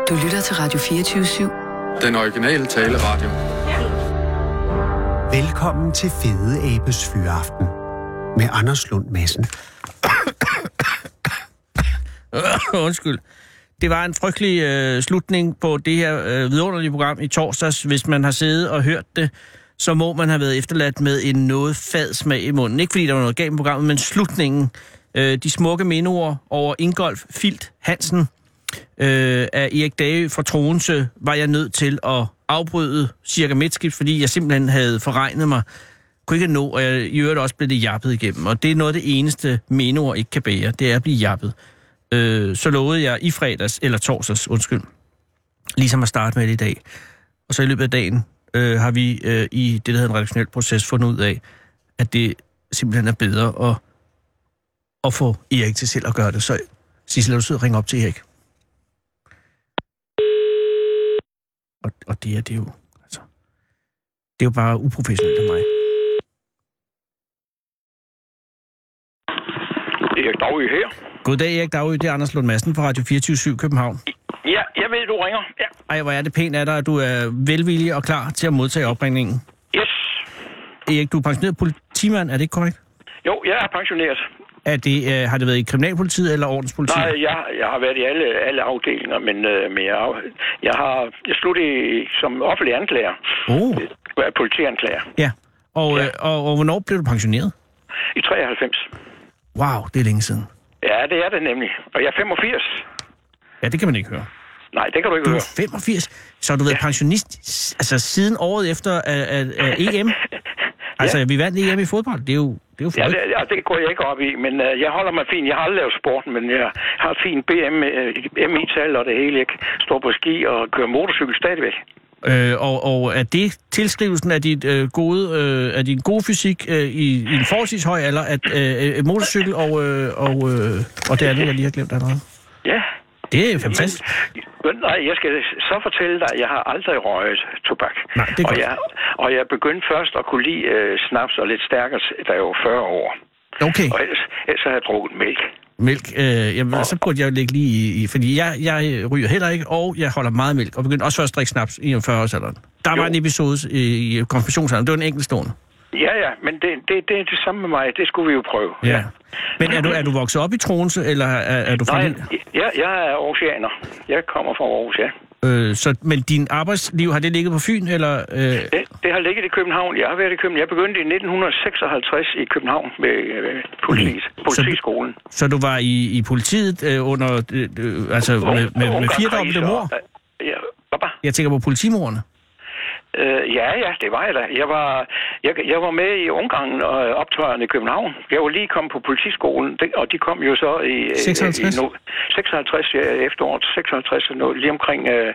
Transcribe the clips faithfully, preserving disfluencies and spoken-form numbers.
Du lytter til Radio fireogtyve syv. Den originale taleradio. Velkommen til Fede Abes Fyraften med Anders Lund Madsen. Undskyld. Det var en frygtelig øh, slutning på det her øh, vidunderlige program i torsdags. Hvis man har siddet og hørt det, så må man have været efterladt med en noget fad smag i munden. Ikke fordi der var noget galt med programmet, men slutningen. Øh, de smukke mindeord over Ingolf Filt Hansen øh, af Erik Dage fra Troense var jeg nødt til at afbryde cirka midtskift, fordi jeg simpelthen havde forregnet mig. Kunne ikke nå, og jeg, i øvrigt også blev det jappet igennem. Og det er noget af det eneste mindeord ikke kan bære, det er at blive jappet. Øh, så lovede jeg i fredags, eller torsdags, undskyld, ligesom at starte med det i dag. Og så i løbet af dagen øh, har vi øh, i det, der hedder en redaktionel proces, fundet ud af, at det simpelthen er bedre at, at få Erik til selv at gøre det. Så Sissel, er du sød at ringe op til Erik? Og, og det er det jo, altså, det er jo bare uprofessionelt af mig. Erik Dagø her. Goddag, Erik Dagø. Det er Anders Lund Madsen fra Radio fireogtyve syv København. Ja, jeg ved, du ringer. Ja. Ej, hvor er det pænt af dig, at du er velvillig og klar til at modtage opringningen. Yes. Erik, du er pensioneret politimand, er det ikke korrekt? Jo, jeg er pensioneret. Er det, øh, har det været i kriminalpolitiet eller ordenspolitiet? Nej, jeg, jeg har været i alle, alle afdelinger, men, øh, men jeg, jeg har jeg sluttede som offentlig anklager. Oh. Jeg er politianklager. Ja, og, ja. Øh, og, og hvornår blev du pensioneret? I treoghalvfems. Wow, det er længe siden. Ja, det er det nemlig. Og jeg er femogfirs. Ja, det kan man ikke høre. Nej, det kan du ikke du høre. Du er femogfirs, så har du været ja. pensionist altså siden året efter af, af, af E M? Altså, ja. Vi vandt E M i fodbold, det er jo det er jo ja, det, ja, det går jeg ikke op i, men uh, jeg holder mig fint. Jeg har aldrig lavet sporten, men jeg har et fint B M, uh, M I-tal og det hele. Jeg står på ski og kører motorcykel stadigvæk. Øh, og, og er det tilskrivelsen af dit øh, gode, øh, af din gode fysik øh, i, i en forholdsvis høj alder, at øh, motorcykel og øh, og øh, og det andet jeg lige har glemt allerede? Ja. Det er fantastisk. Men, nej, jeg skal så fortælle dig, at jeg har aldrig røget tobak. Nej, det er og, jeg, og jeg begyndte først at kunne lide øh, snaps og lidt stærkere, da jeg var fyrre år. Okay. Og ellers, ellers har jeg drukket mælk. Mælk, øh, jamen, og, så burde jeg jo ligge lige i, i, fordi jeg, jeg ryger heller ikke, og jeg holder meget mælk, og begyndte også først at drikke snaps i fyrre-årsalderen. Der jo. var en episode i, i konfirmationsalderen, det var en enkeltstående. Ja, ja, men det, det, det er det samme med mig. Det skulle vi jo prøve. Ja. ja. Men er du, er du vokset op i Troense, eller er, er du fra... Nej, jeg, jeg er aarhusianer. Jeg kommer fra Aarhus, ja. Øh, så, men din arbejdsliv, har det ligget på Fyn, eller... Øh... Det, det har ligget i København. Jeg har været i København. Jeg begyndte i nitten seksoghalvtreds i København med øh, politis, okay. politiskolen. Så, så du var i, i politiet øh, under... Øh, altså med, med, med, med firedobbelte mord? Ja, hvad? Jeg tænker på politimordene. Uh, ja, ja, det var jeg da. Jeg var, jeg, jeg var med i Ungarn og optøjerne i København. Jeg var lige kommet på politiskolen, og de kom jo så i... seksoghalvtreds? I, i seksoghalvtreds, ja, efteråret seksoghalvtreds, lige omkring øh,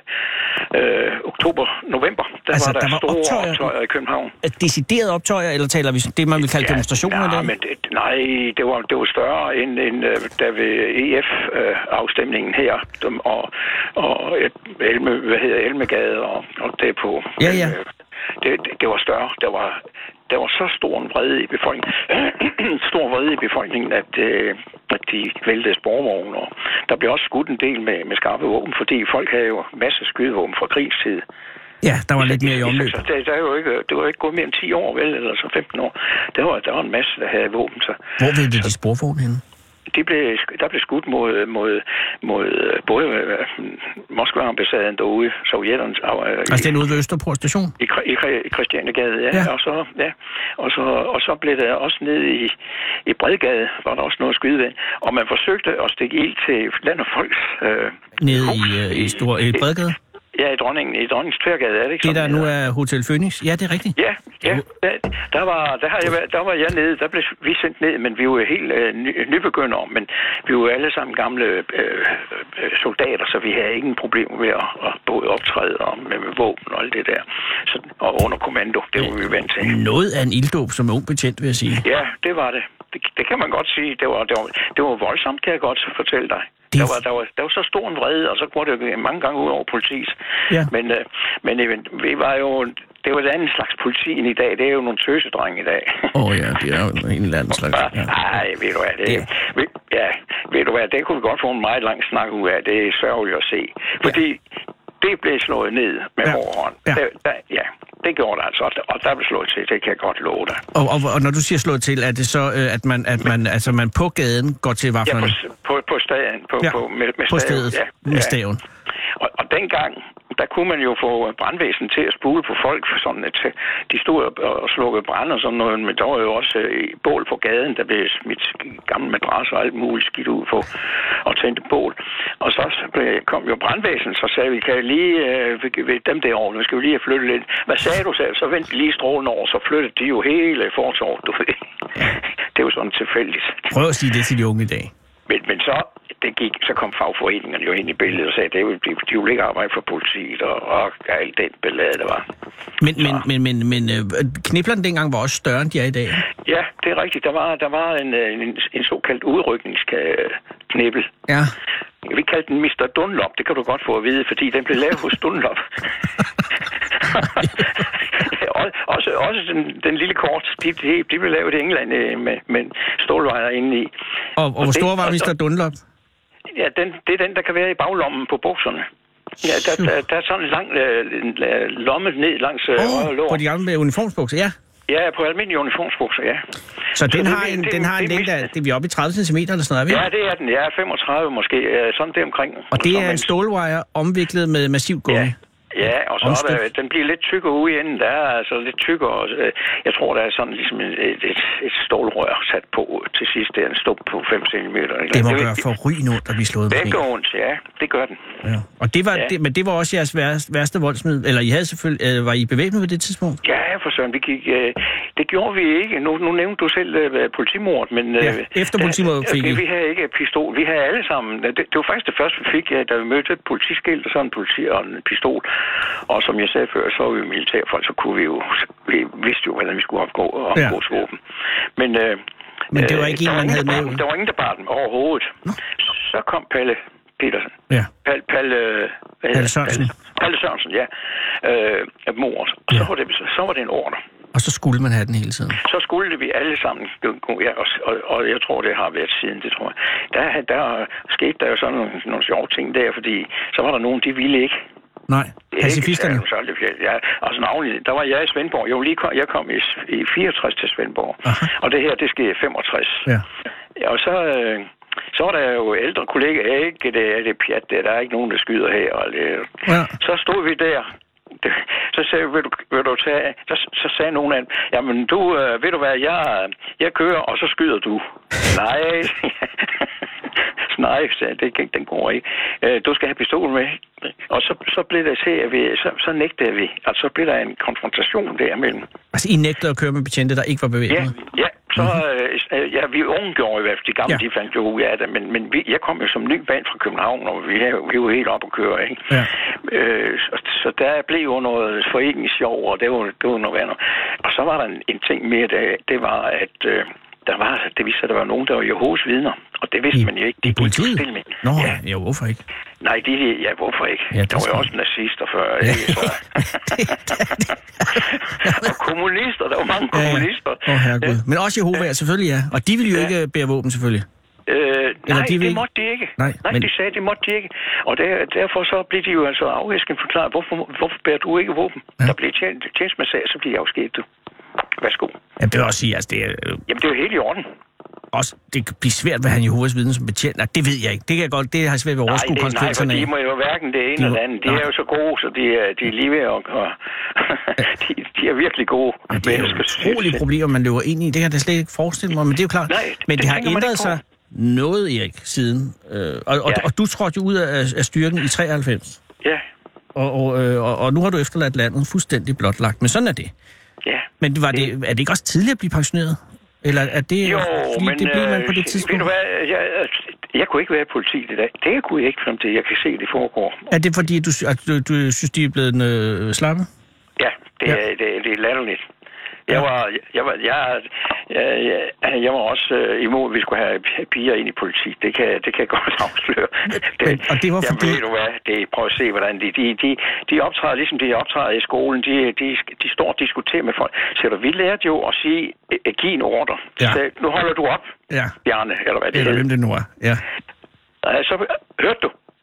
øh, oktober, november. Der altså, var der, der var store optøjer, optøjer i København. Deciderede optøjer, eller taler vi det, man vil kalde ja, demonstrationer? Ja, der? men det, nej, det var, det var større end, end der ved E F-afstemningen øh, her, og, og Elme, hvad hedder Elmegade, og, og det på... Ja, ja. Det, det, det var større. Der var, der var så stor en vrede i befolkningen, stor vrede i befolkningen, at, øh, at de væltede sporvogne. Og der blev også skudt en del med, med skarpe våben, fordi folk havde jo masser af skydevåben fra krigstid. Ja, der var lidt mere i omløb. Det, der er jo ikke, det var ikke gået mere end ti år, vel, eller så femten år. Der var, der var en masse, der havde våben. Så. Hvor væltede de sporvogne henne? De blev, der blev skudt mod, mod, mod både Moskva-ambassaden derude, sovjetterne... Øh, altså den ude ved Østerport station? I, i, i Christianegade, ja. ja. Og, så, ja. Og, så, og så blev der også ned i, i Bredgade, var der også noget at skyde ved. Og man forsøgte at stikke ild til land og folks øh, nede hus. i, øh, i, Stor, i Bredgade? Ja, i dronningen, i dronningens Tværgade, er det ikke det, der nu er Hotel Phoenix? Ja, det er rigtigt. Ja, ja. Der, der, var, der, har jeg, der var jeg nede, der blev vi sendt ned, men vi var jo helt øh, ny, nybegyndere, men vi var alle sammen gamle øh, soldater, så vi havde ingen problemer med at, at både optræde og med, med våben og alt det der. Så, og under kommando, det var vi vant til. Noget af en ilddåb som ung betjent, vil jeg sige. Ja, det var det. Det, det kan man godt sige. Det var, det, var, det var voldsomt, kan jeg godt fortælle dig. Der var, der, var, der var så stor en vrede, og så går det jo mange gange ud over politiet. Ja. Men, øh, men øh, vi var jo... Det var et andet slags politi end i dag. Det er jo nogle tøsedrenge i dag. Åh oh, ja, det er jo en eller anden slags... Ja. Ej, ved du hvad, det, ja. Ved, ja, ved du hvad, det kunne vi godt få en meget lang snak ud af. Det er sørgeligt at se. Fordi ja. det blev slået ned med Ja. hård hånd. Ja. Der, der, ja, det gjorde det altså, og der blev slået til, det kan jeg godt love dig. Og, og, og når du siger slået til, er det så, øh, at man, at man, altså man på gaden går til Ja, vaflerne? på, på, på staden, på, Ja, på, med, med på staven, stedet, ja, med ja. staven. Og, og dengang, der kunne man jo få brandvæsen til at spule på folk, for sådan at de stod og, og slukkede brand og sådan noget, men der var jo også øh, bål på gaden, der blev smidt gamle madrasser og alt muligt skidt ud på og tændte bål. Og så kom jo brandvæsen, så sagde vi, kan jeg lige øh, ved dem derovre, nu skal vi lige have flyttet lidt. Hvad sagde du, sagde? Så vendte de lige strålen over, så flyttede de jo hele fortorvet, du ved. Det er jo sådan tilfældigt. Prøv at sige det til de unge i dag. Men, men så, det gik, så kom fagforeningerne jo ind i billedet og sagde, at det, de, de ville ikke arbejde for politiet og, og alt den ballade, der var. Men, men, men, men, men øh, kniplerne dengang var også større, end de er i dag? Ja, det er rigtigt. Der var, der var en, en, en såkaldt udrykningsknibbel. Ja. Vi kaldte den mister Dunlop, det kan du godt få at vide, fordi den blev lavet hos Dunlop. også også den, den lille kort, de, de, de blev lavet i England med, med stålvejer inde i. Og, og hvor stor var mister Dunlop? Ja, den, det er den, der kan være i baglommen på bukserne. Ja, der, der, der er sådan en lang øh, lomme ned langs øh, oh, højre lår. på de gamle uniformsbukser, ja. Ja, på almindelige uniformsbukser, ja. Så, den det, har en, det, den har en det, længde af, det er vi oppe i tredive centimeter eller sådan noget, ja, det er den. Ja, femogtredive måske, sådan det omkring. Og det er en stålwire omviklet med massiv gummi. Ja. Ja, og så er der, den bliver lidt tykkere ude i enden. Der er altså lidt tykkere. Jeg tror, der er sådan ligesom et, et, et stålrør sat på til sidst. Det er en stump på fem centimeter. Det må det, gøre for rygende ondt at blive slået med. Det gør ondt, ja. Det gør den. Ja. Og det var, ja. det, men det var også jeres værste, værste voldsmiddel? Eller I havde selvfølgelig, øh, var I bevæbnet ved det tidspunkt? Ja, for søren. Vi gik, øh, det gjorde vi ikke. Nu, nu nævnte du selv øh, politimordet, men... Øh, ja, efter politimordet fik I. Vi havde ikke pistol. Vi havde alle sammen... Det, det var faktisk det første, vi fik, da vi mødte et politiskilt og sådan en politi og en pistol. Og som jeg sagde før, så var vi militærfolk, så kunne vi jo... Vi vidste jo, hvordan vi skulle opgå og opgå ja. våben. Men... Øh, men det var ikke øh, en, man havde med? Dem, der var ingen, der bar dem overhovedet. Nå. Så kom Palle Petersen. Ja. Palle... Palle, Palle Sørensen. Palle Sørensen, ja. Øh, mordet. Og ja. så, var det, så var det en ordre. Og så skulle man have den hele tiden? Så skulle vi alle sammen, ja, og, og, og jeg tror, det har været siden, det tror jeg. Der, der skete der jo sådan nogle, nogle sjove ting der, fordi så var der nogen, de ville ikke. Nej, pacifisterne? Ja, altså navnlig, der var jeg i Svendborg. Jeg, lige kom, jeg kom i, i fireogtres til Svendborg, aha. Og det her, det skete i femogtres. Ja. Og så... Øh, Så var der jo ældre kollegaer, ikke? Det er det pjat, der er ikke nogen, der skyder her. Og det. Ja. Så stod vi der. Så sagde vil du, vil du tage... Så, så sagde nogen af dem, jamen du, øh, ved du hvad, jeg, jeg kører, og så skyder du. Nej. Nej, sagde det, den går ikke. Du skal have pistolen med. Og så, så blev det til, at vi, så, så nægtede vi. Altså, så blev der en konfrontation der mellem. Altså, I nægtede at køre med betjente, der ikke var bevæbnet? Ja, ja. Så, mm-hmm. øh, ja, vi unge gjorde i hvert fald. De gamle, ja. De fandt jo ud af det. Men, men vi, jeg kom jo som ny band fra København, og vi, vi var helt op at køre, ikke? Ja. Øh, så, så der blev jo noget foreningssjov, og det var, det var noget andet. Og så var der en, en ting mere, det, det var, at... Øh, der var, det viste, at der var nogen, der var Jehovas vidner. Og det vidste I, man jo ikke. De I politiet? Med. Nå, ja. ja, hvorfor ikke? Nej, de, ja, hvorfor ikke? Ja, der var jo også nazister før, ja. Ikke? Så. Og kommunister, der var mange ja, kommunister. Åh, oh, herregud. Ja. Men også Jehova, ja. Selvfølgelig, ja. Og de ville jo ja. ikke bære våben, selvfølgelig. Øh, nej, de det ikke? måtte de ikke. Nej, nej men... de sagde, det måtte de ikke. Og der, derfor så blev de jo altså afhæsken forklaret, hvorfor, hvorfor bærer du ikke våben? Ja. Der blev tjenestemassage, så blev jeg afskedet. Værsgo. Jamen, det vil også sige, altså det er... Jamen, det er jo helt i orden. Også, det kan blive svært ved at have en Jehovas vidne som betjent. Nej, det ved jeg ikke. Det kan jeg godt, det har svært ved at overskue konsekvenserne af. Nej, de må jo hverken det ene de eller andet. De nej. er jo så gode, så de er, de er lige ved at... Og de, de er virkelig gode. Ja, det er jo utrolige problemer, man løber ind i. Det kan jeg da slet ikke forestille mig, men det er jo klart. Nej, men det, det har ændret sig noget, Erik, siden. Øh, og, og, ja. og du trådte jo ud af, af styrken i treoghalvfems. Ja. Og, og, og, og nu har du efterladt landet fuldstændig blotlagt. Men sådan er det. Ja. Men var det, er det ikke også tidligt at blive pensioneret? Eller er det, jo, fordi men, det blev man på det tidspunkt? Ved du hvad, jeg, jeg kunne ikke være politi i dag. Det kunne jeg ikke, frem til jeg kan se, det foregår. Er det fordi, du, at du, du synes, de er blevet øh, slappe? Ja, det, ja. Er, det, det er latterligt. Jeg var, jeg var, jeg, jeg, jeg, jeg var også uh, imod, at vi skulle have piger ind i politik. Det kan, det kan jeg godt afsløre. Det, men, og det var fordi... Jamen, ved du hvad, det, prøv at se, hvordan de, de, de, de optræder, ligesom de optræder i skolen. De, de, de står og diskuterer med folk. Så du, vi lærte jo at sige, at give en ordre. Ja. Så, nu holder du op, ja. Bjarne, eller hvad det eller er. Hvem det nu er, ja. Så hørte du.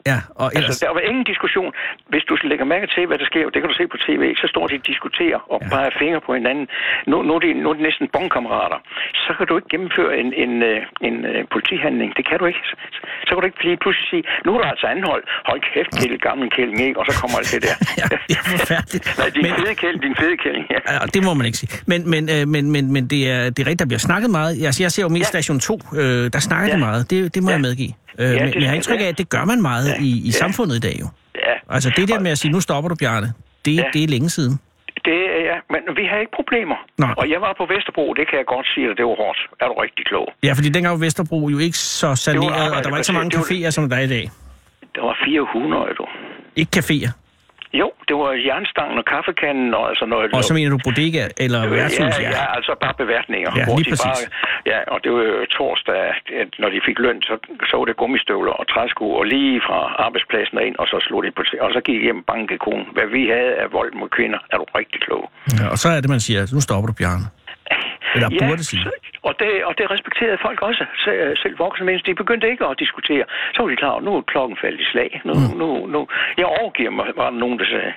Ja, og ellers... Altså, der var ingen diskussion. Hvis du lægger mærke til, hvad der sker, det kan du se på tv, så står de og diskuterer og ja. peger fingre på hinanden. Nu, nu, er det, nu er det næsten bonkammerater. Så kan du ikke gennemføre en, en, en, en politihandling. Det kan du ikke. Så kan du ikke lige pludselig sige, nu er der altså anhold. Hold kæft, lille gammel kælling, ikke? Og så kommer alt det der. Ja, det er forfærdeligt. Nej, din men... fede kælling, din fede kælling. Ja. Ja, det må man ikke sige. Men, men, øh, men, men, men det, er, det er rigtigt, der bliver snakket meget. Jeg, jeg ser jo mest ja. Station to, øh, der snakker ja. det meget. Det, det må ja. jeg medgive. Øh, ja, men, men jeg har indtryk af, at det gør man meget ja. i, i ja. samfundet i dag jo. Ja. Altså det der med at sige, nu stopper du, Bjarne, det, ja. det er længe siden. Det er ja, men vi har ikke problemer. Nej. Og jeg var på Vesterbro, det kan jeg godt sige, at det var hårdt. Er du rigtig klog? Ja, fordi dengang var Vesterbro jo ikke så saneret, og der var ikke så mange caféer, som der er i dag. Der var fire hundrede, du. Ikke caféer? Jo, det var jernstangen og kaffekanden og altså noget. Og så mener du bodega eller værtshus? Ja, ja, ja, altså bare beværtninger. Ja, hvor lige de præcis. Bare, ja, og det var jo torsdag, når de fik løn, så, så var det gummistøvler og træsko, og lige fra arbejdspladsen ind, og så slog de på og så gik jeg hjem bankekonen. Hvad vi havde af vold mod kvinder, er du rigtig klog. Ja, og så er det, man siger, nu stopper du, Bjarne. Eller ja, burde sige. Og det, og det respekterede folk også. Selv voksne mennesker, de begyndte ikke at diskutere. Så var de klar, nu er klokken faldet i slag. Nu, mm. nu, nu. Jeg overgiver mig, var der nogen, der sagde.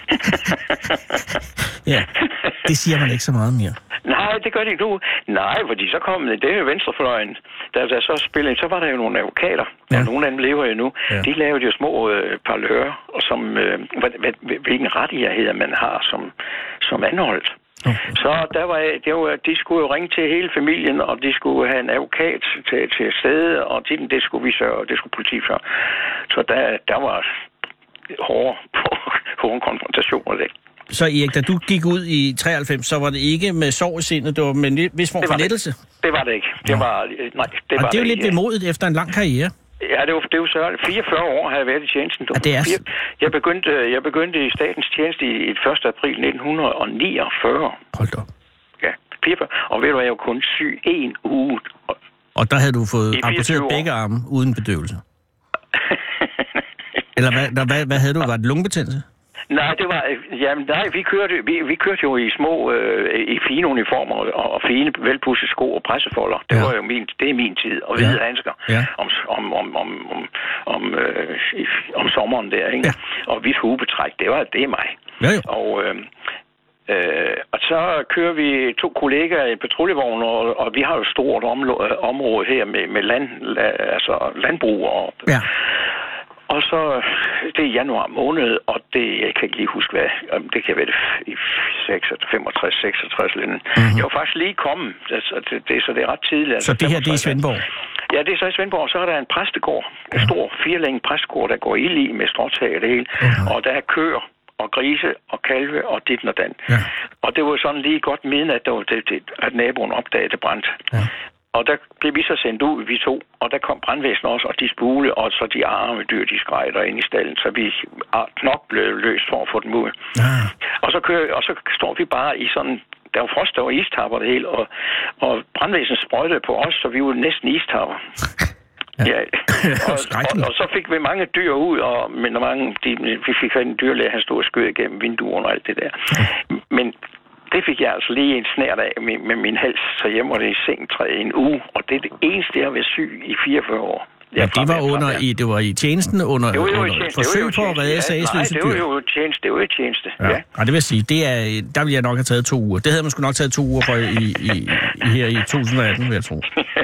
Ja, det siger man ikke så meget mere. Nej, det gør de ikke nu. Nej, fordi så kom det, det er venstrefløjen. Da der så spillede, så var der jo nogle advokater, ja. og nogle af dem lever jo nu. Ja. De lavede jo små øh, parlører, og som, øh, hvilken rettigheder man har som, som anholdt. Okay. Så der var, det var, de skulle jo ringe til hele familien, og de skulle have en advokat til, til stede, og det, det skulle vi sørge, det skulle politi sørge. Så der, der var hårde, hårde konfrontationer der. Så Erik, da du gik ud i treoghalvfems, så var det ikke med sorg i sindet, det var med en vis form for lettelse? Det var det ikke. Det var, nej, det og var det er jo det lidt vemodigt efter en lang karriere. Ja, det var, det var sørgeligt. fireogfyrre år har jeg været i tjenesten. Ja, det er... Jeg begyndte, jeg begyndte i statens tjeneste i første april nitten niogfyrre. Hold da. Ja, fireogfyrre. Og ved du hvad, jeg var kun syg en uge. Og der havde du fået amputeret begge arme uden bedøvelse? Eller hvad, der, hvad, hvad havde du? Var det lungebetændelse? Nej, det var, jamen nej, vi kørte, vi, vi kørte jo i små, øh, i fine uniformer og, og fine, velpudsede sko og pressefolder. Det ja. var jo min, det er min tid. Og hvide ja. handsker ja. om, om, om, om, om, om, øh, om sommeren der, ikke? Ja. Og hvidt hubetræk, det var, det er mig. Ja, ja. Og, øh, øh, og så kører vi to kollegaer i patruljevogn, og, og vi har jo et stort område, område her med, med land, altså landbrug og... Ja. Og så, det er januar måned, og det, jeg kan ikke lige huske, hvad, det kan være det i femogtres seksogtres eller mm-hmm. Jeg var faktisk lige kommet, altså, det, det, så det er ret tidligt. Altså, så det her, det er i Svendborg? Ja, det er så i Svendborg, og så er der en præstegård, en stor firelænge præstegård, der går ild i med stråtag og det hele, mm-hmm. og der er køer og grise og kalve og dit og dan. Ja. Og det var sådan lige godt midnat, at, det, det, at naboen opdagede det brændt. Ja. Og der blev vi så sendt ud, vi to, og der kom brandvæsenet også, og de spule, og så de arme dyr, de skreg der ind i stallen, så vi nok blev løst for at få dem ud. Ah. Og, så kører, og så står vi bare i sådan, der var frost, der var istapper det hele, og, og brandvæsenet sprøjtede på os, så vi var næsten istapper. Ja. Ja. Og, og, og så fik vi mange dyr ud, og men mange, de, vi fik en dyrlæge, han stod og skød igennem vinduerne og alt det der. Men det fik jeg altså lige en snært af med, med min hals, så hjemme var det i sengetræet en uge, og det er det eneste, jeg har været syg i fireogfyrre år. Ja, det var under i det var i tjenesten under, det var jo under tjeneste, forsøg på at redde ja, sagesløse dyr. Nej, det var jo tjeneste, det var jo tjeneste. Ja. Ja. Ja, det vil sige, det er der ville jeg nok have taget to uger. Det havde man sgu nok taget to uger for i, i, i her i to tusind atten, vil jeg tro.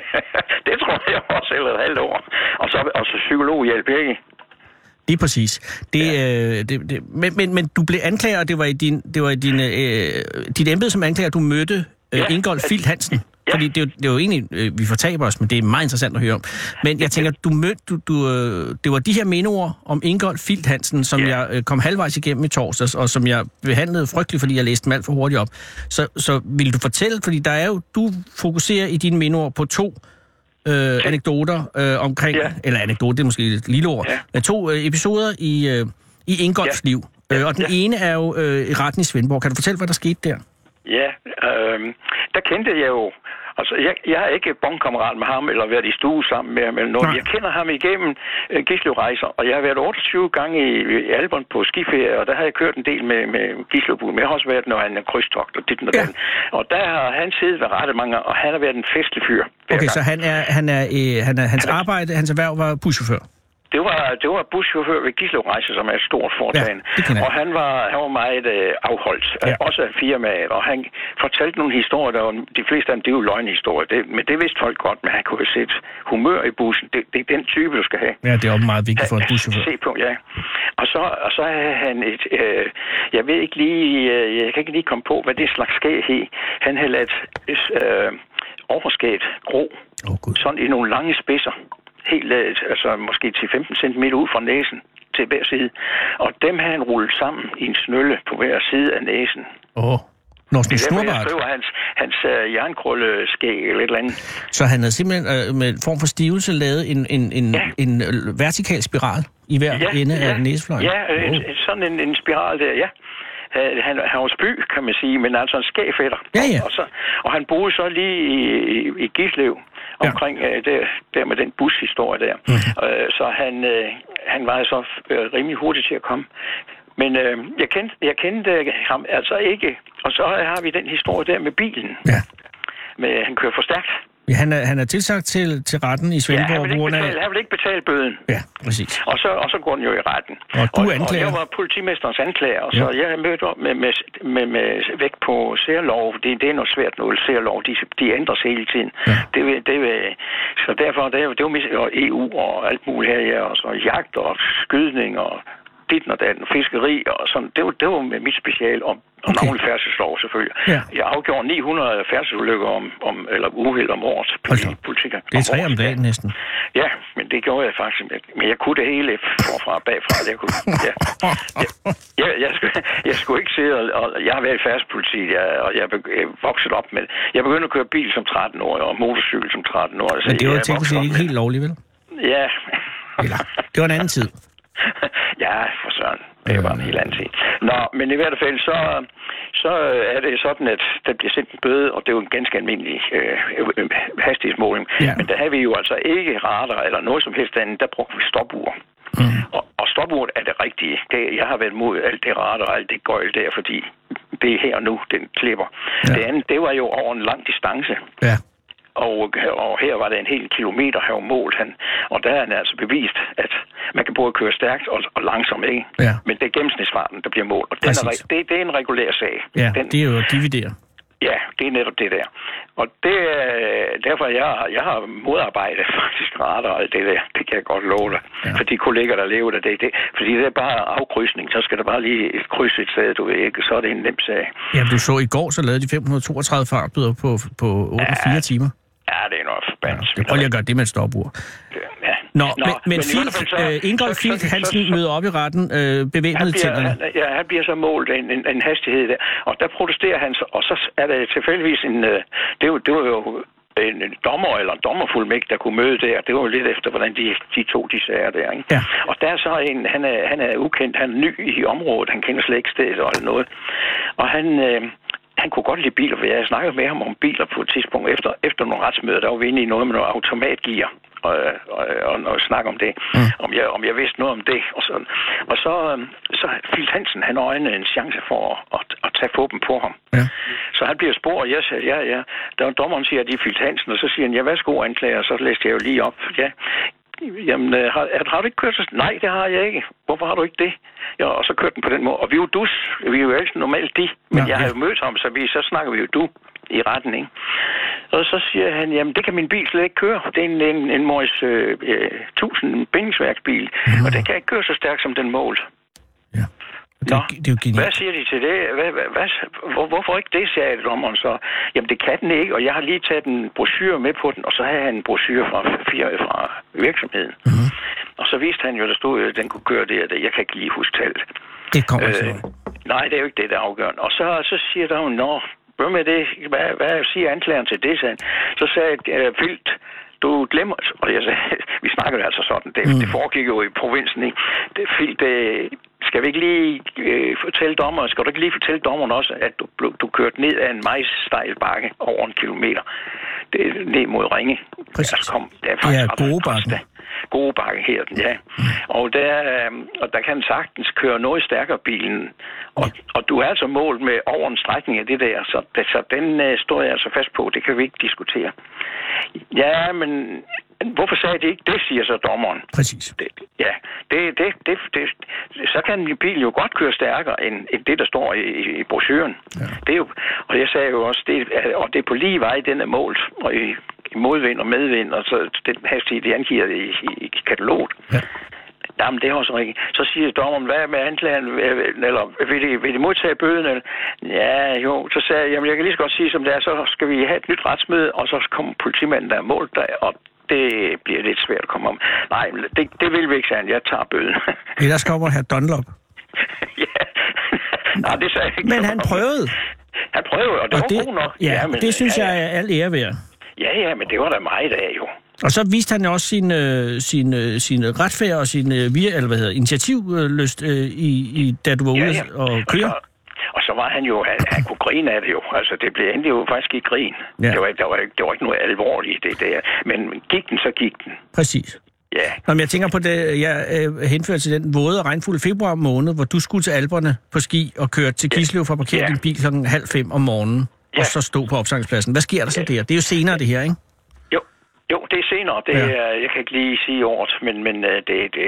Det tror jeg også, eller et halvt år. Og så og så psykologhjælp, ikke? Lige præcis. Det, ja. øh, det, det, men, men, men du blev anklager, og det var i din, det var i din, øh, dit embede som anklager, du mødte øh, ja. Ingolf Filt Hansen. Ja. Fordi det er, jo, det er jo egentlig, øh, vi fortaber os, men det er meget interessant at høre om. Men jeg tænker, du mødte, du, du, øh, det var de her mindeord om Ingolf Filt Hansen, som ja. jeg øh, kom halvvejs igennem i torsdags, og som jeg behandlede frygteligt, fordi jeg læste dem alt for hurtigt op. Så, så vil du fortælle, fordi der er jo, du fokuserer i dine mindeord på to Øh, anekdoter øh, omkring, ja. eller anekdote, det er måske et lille ord, ja. to øh, episoder i, øh, i Ingolfs ja. liv. Øh, og den ja. ene er jo øh, i retten i Svendborg. Kan du fortælle, hvad der skete der? Ja, øh, der kendte jeg jo, altså jeg, jeg har ikke bonkammerat med ham, eller været i stue sammen med ham, eller noget. Jeg kender ham igennem øh, Gisløv-rejser, og jeg har været otteogtyve gange i, i Albon på skiferie, og der har jeg kørt en del med, med Gisløv, men jeg har også været, når han er krydstogt, og dit og ja. den. Og der har han siddet ved rette mange, og han har været en festlig fyr. Okay, gang. Så han er, han er, øh, han er, hans han er, arbejde, hans erhverv var buschauffør? Det var, det var buschauffør ved Gislevrejse, som er et stort foretagende. Ja, og han var, han var meget øh, afholdt, ja. Også af firmaet, og han fortalte nogle historier, der var, de fleste af dem, det er jo løgnhistorier, det, men det vidste folk godt, men han kunne have set humør i bussen. Det, det er den type, du skal have. Ja, det er også meget vigtigt for en buschauffør. Se på, ja. Og så, og så havde han et, øh, jeg ved ikke lige, øh, jeg kan ikke lige komme på, hvad det slags skæg hed. Han havde ladt øh, overskæg gro, oh, sådan i nogle lange spidser. Helt, altså måske til femten centimeter ud fra næsen til hver side. Og dem havde han rullet sammen i en snølle på hver side af næsen. Åh, oh. Nå, sådan en snurbart. Det var hans, hans uh, jernkrølleskæg eller et eller andet. Så han havde simpelthen uh, med en form for stivelse lavet en, en, en, ja. en vertikal spiral i hver ja, ende ja. af næsefløjen? Ja, oh. sådan en, en spiral der, ja. Han, han var spy, kan man sige, men altså en skægfætter. Ja, ja. Og, så, og han boede så lige i, i, i Gislev, omkring ja. uh, der, der med den bushistorie der. Mm-hmm. Uh, så han, uh, han var så uh, rimelig hurtig til at komme. Men uh, jeg kendte, jeg kendte uh, ham altså ikke. Og så har vi den historie der med bilen. Ja. Men han kører for stærkt. Ja, han, er, han er tilsagt til, til retten i Svendborg. Ja, han vil, ikke betale, han vil ikke betale bøden. Ja, præcis. Og så, og så går den jo i retten. Og du og, anklager? Og jeg var politimesterens anklager, og så ja. jeg mødte op med, med, med, med vægt på særlov. Det, det er noget svært noget. Særlov, de, de ændres hele tiden. Ja. Det, det, så derfor, det, det var og E U og alt muligt her, ja, og så jagt og skydning og dit og datten, fiskeri og sådan. Det var, det var med mit special om, om okay. navnlig færdselslov selvfølgelig. Ja. Jeg afgjorde ni hundrede færdselsulykker om, om, eller uheld om året. Okay. Politik, det er tre om dagen næsten. Ja, men det gjorde jeg faktisk. Men jeg kunne det hele forfra og bagfra. Jeg, kunne, ja. jeg, jeg, jeg, skulle, jeg skulle ikke sidde, og, og jeg har været i færdselspolitiet, jeg, og jeg er vokset op med det. Jeg begyndte at køre bil som tretten-årig, og motorcykel som tretten-årig. Men det var teknisk ikke helt lovligt, vel? Ja. Eller, det var en anden tid. Ja, for søren. Det var en helt anden ting. Nå, men i hvert fald, så, så er det sådan, at der bliver sendt en bøde, og det er jo en ganske almindelig øh, hastighedsmåling. Ja. Men der har vi jo altså ikke radar eller noget som helst andet. Der brugte vi stopur. Mm. Og, og stopuret er det rigtige. Det, jeg har været imod alt det radar og alt det gøjl der, fordi det er her nu, den klipper. Ja. Det andet, det var jo over en lang distance. Ja. Og, og her var det en hel kilometer, her målt han. Og der er han altså bevist, at man kan både køre stærkt og, og langsomt, ikke? Ja. Men det er gennemsnitsfarten, der bliver målt. Og den er, det, det er en regulær sag. Ja, den, det er jo at dividere. Ja, det er netop det der. Og det er derfor, jeg, jeg har modarbejdet faktisk radar og alt det der. Det kan jeg godt love dig. Ja. For de kolleger, der lever der, det, det, fordi det er bare afkrydsning. Så skal der bare lige krydse et sted, du ved ikke. Så er det en nem sag. Ja, du så i går, så lavede de fem hundrede og toogtredive fartbøder på, på otte komma fire ja. timer. Ja, det er noget forbandet. Ja, det prøver jeg at gøre det med et stopur. Ja. Nå, Nå, men, men, men Filt, øh, Ingolf Filt Hansen møder op i retten øh, bevæbnet i tænderne. Han, ja, han bliver så målt en, en, en hastighed der, og der protesterer han så, og så er der tilfældigvis en, øh, det, var, det var jo en, en dommer eller en dommerfuldmægtig, der kunne møde der. Det var jo lidt efter, hvordan de, de to de sager der, ikke? Ja. Og der er så en, han er, han er ukendt, han er ny i området, han kender slet ikke stedet eller noget. Og han... Øh, Han kunne godt lide biler, for jeg snakkede med ham om biler på et tidspunkt efter, efter nogle retsmøder. Der var vi inde i noget med noget automatgear og, og, og, og snakke om det. Mm. Om, jeg, om jeg vidste noget om det. Og så, og så, så Filt Hansen, han øjnede en chance for at, at, at tage på dem på ham. Ja. Så han bliver spurgt, og jeg siger, ja, ja. Der dommeren siger, at de er Filt Hansen, og så siger han, ja, værsgo anklager, og så læste jeg jo lige op. Ja. Jamen, har, har du ikke kørt så? Nej, det har jeg ikke. Hvorfor har du ikke det? Ja, og så kørte den på den måde. Og vi er jo dus. Vi er jo ikke normalt de. Men ja, jeg har jo mødt ham, så, vi, så snakker vi jo du i retten, ikke? Og så siger han, jamen, det kan min bil slet ikke køre. Det er en, en, en Morris øh, tusind bindingsværksbil. Mm. Og den kan ikke køre så stærkt som den mål. Ja. Det, Nå, det er jo hvad siger de til det? Hvad, hvad, hvad, hvor, hvorfor ikke det, sagde dommeren så? Jamen, det kan den ikke, og jeg har lige taget en brochure med på den, og så har jeg en brochure fra, fra virksomheden. Mm-hmm. Og så viste han jo, der stod, at den kunne køre det og det. Jeg kan ikke lige huske tallet. Det kommer øh, så. Nej, det er jo ikke det, der er afgørende. Og så, så siger der jo, nå, hvad med det? Hvad, hvad siger anklageren til det, sagde han? Så sagde jeg, uh, Filt, du glemmer, og jeg sagde, vi snakker altså sådan, det, mm. det foregik jo i provinsen, ikke? Det, Filt, det, skal vi ikke lige øh, fortælle dommeren, skal du ikke lige fortælle dommeren også, at du, du kørte ned af en meget stejl bakke over en kilometer, det, ned mod Ringe. Præcis. Altså, kom, det er faktisk ja, gode bakken. Gode bakke her, den, ja. Mm. Og, der, øh, og der kan sagtens køre noget stærkere bilen, og, ja. og du er altså målt med over en strækning af det der, så, det, så den øh, står jeg altså fast på, det kan vi ikke diskutere. Ja, men hvorfor sagde de ikke? Det siger så dommeren. Præcis. Det, ja, det, det, det, det, så kan en bil jo godt køre stærkere end, end det, der står i, i, i brochuren. Ja. Det er jo, og jeg sagde jo også, det, og det er på lige vej, den er målt, og i, i modvind og medvind, og så den hastighed, de angiver i, i, i kataloget. Ja. Jamen, det er også rigtigt. Så siger dommeren, hvad med anklageren, eller vil de, vil de modtage bøden? Eller? Ja, jo. Så sagde jeg, jamen, jeg kan lige så godt sige, som det er, så skal vi have et nyt retsmøde, og så kommer politimanden, der er målt der, og det bliver lidt svært at komme om. Nej, det, det vil vi ikke, sige. Jeg tager bøden. Ellers kommer her Dunlop. Ja. Nej, det sagde jeg ikke. Men han prøvede. Han prøvede, og det og var det, god nok. Ja, ja men, det synes ja, jeg er alt ære værd. Ja, ja, men det var da meget af, jo. Og så viste han også sin, øh, sin, øh, sin retfærd og sin øh, vir, eller hvad hedder, initiativlyst, øh, i, i, da du var ude ja, ja. og køre. Og så, og så var han jo, han, han kunne grine af det jo. Altså, det blev endelig jo faktisk ikke grin. Ja. Det, var, der var, det var ikke noget alvorligt, det der. Men gik den, så gik den. Præcis. Ja. Nå, men jeg tænker på det, jeg øh, henførte til den våde og regnfulde februar måned, hvor du skulle til Alperne på ski og køre til Gislev for at parkere ja. din bil klokken halv fem om morgenen, ja. og så stå på opsangspladsen. Hvad sker der så ja. der? Det er jo senere det her, ikke? Jo, det er senere. Det er, ja. Jeg kan ikke lige sige året, men, men det, det,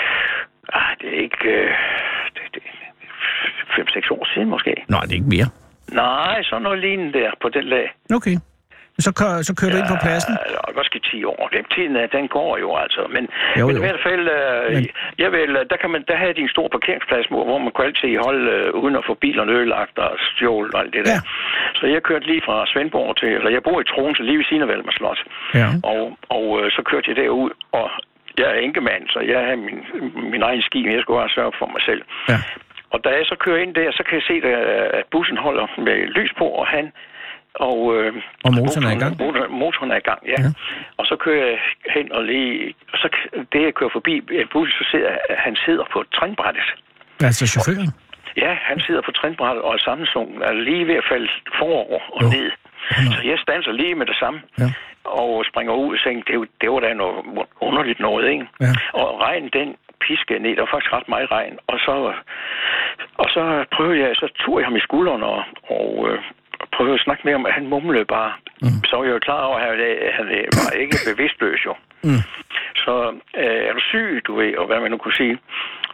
ah, det er ikke det, det, fem seks år siden måske. Nej, det er ikke mere. Nej, så noget lignende der på den lag. Okay. Så, kører, så kører ja, du ind på pladsen? Ja, måske ti år. Den tiden, den går jo altså. Men, jo, men jo. i hvert fald, men... jeg vil, der, kan man, der havde de en stor parkeringsplads, hvor man kunne altid holde uh, uden at få bilerne ødelagt og stjålet og alt det der. Ja. Så jeg kørte lige fra Svendborg til, eller jeg bor i Troense, lige ved siden af Valdemar Slot. Ja. Og, og uh, så kørte jeg derud, og jeg er enkemand, så jeg har min, min egen ski, men jeg skulle også sørge for mig selv. Ja. Og da jeg så kører ind der, så kan jeg se, at bussen holder med lys på, og han Og, øh, og motoren er i gang? Motor, motoren er i gang, ja. ja. Og så kører jeg hen og lige... Og så det, jeg kører forbi bussen, så sidder han sidder på trinbrættet. Altså chaufføren? Og, ja, han sidder på trinbrættet og er sammensungen, er lige ved at falde forover og jo. ned. Ja. Så jeg standser lige med det samme. Ja. Og springer ud og tænker, det, det var da noget underligt noget, ikke? Ja. Og regnen, den piskede ned. Der var faktisk ret meget regn. Og så, og så prøvede jeg, så tog jeg ham i skulderen og... og prøvede at snakke med ham, at han mumlede bare. Mm. Så var jeg jo klar over, at han var ikke bevidstløs, jo. Mm. Så øh, er du syg, du ved, og hvad man nu kunne sige.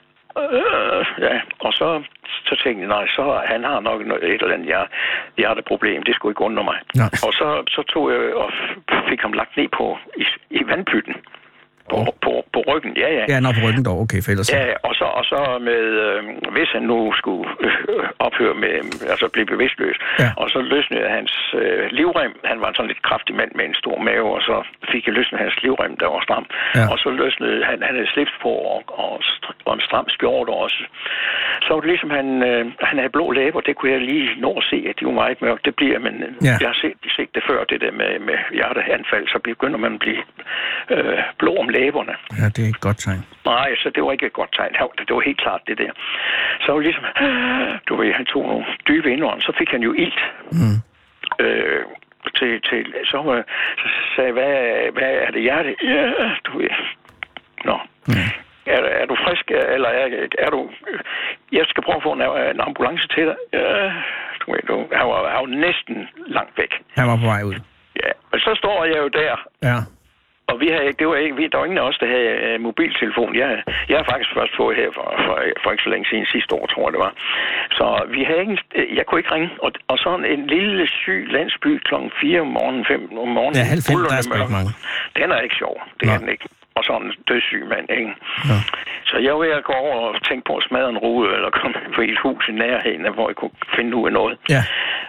Øh, ja, og så, så tænkte jeg, nej, så han har nok et eller andet hjerteproblem, det skulle ikke undre mig. Nej. Og så, så tog jeg og fik ham lagt ned på i, i vandpytten. På, på, på ryggen, ja, ja. Ja, nå, på ryggen dog, okay, for ellers. Ja, og så, og så med, øh, hvis han nu skulle øh, ophøre med, altså blive bevidstløs, ja. Og så løsnede hans øh, livrem, han var sådan lidt kraftig mand med en stor mave, og så fik jeg løsnet hans livrem, der var stram, ja. Og så løsnede han, han havde slips på, og, og, og en stram skjorte også. Så var det ligesom, han, øh, han havde blå læber, det kunne jeg lige nå at se, at de var meget mørke, det bliver, men ja. Jeg har set, set det før, det der med, med hjerteanfald, så begynder man at blive øh, blå om læberne. Ja, det er et godt tegn. Nej, så det var ikke et godt tegn. Det var helt klart det der. Så var ligesom, du ved, han tog nogle dybe indånd, så fik han jo ilt. Mm. Øh, til, til, så, var, så sagde jeg, hvad, hvad er det hjerte? Ja, du ved. Nå. Mm. Er, er du frisk, eller er, er du... Jeg skal prøve at få en, en ambulance til dig. Ja, du ved, du, han, var, han var næsten langt væk. Han var på vej ud. Ja, men så står jeg jo der. Ja. Og vi havde, det var ikke, vi, der var ingen af os, der havde uh, mobiltelefon. Jeg, jeg har faktisk først fået her for, for, for ikke så længe siden, sidste år, tror jeg det var. Så vi havde ikke, jeg kunne ikke ringe. Og, og sådan en lille syg landsby klokken fire om morgenen, fem om morgenen. Ja, halv fem, der er sgu ikke mange. Den er ikke sjov, det Nå. er den ikke. Og sådan en dødssyg mand, ikke? Ja. Så jeg var ved at gå over og tænke på at smadre en rude, eller komme på et hus i nærheden, hvor jeg kunne finde ud af noget. Ja.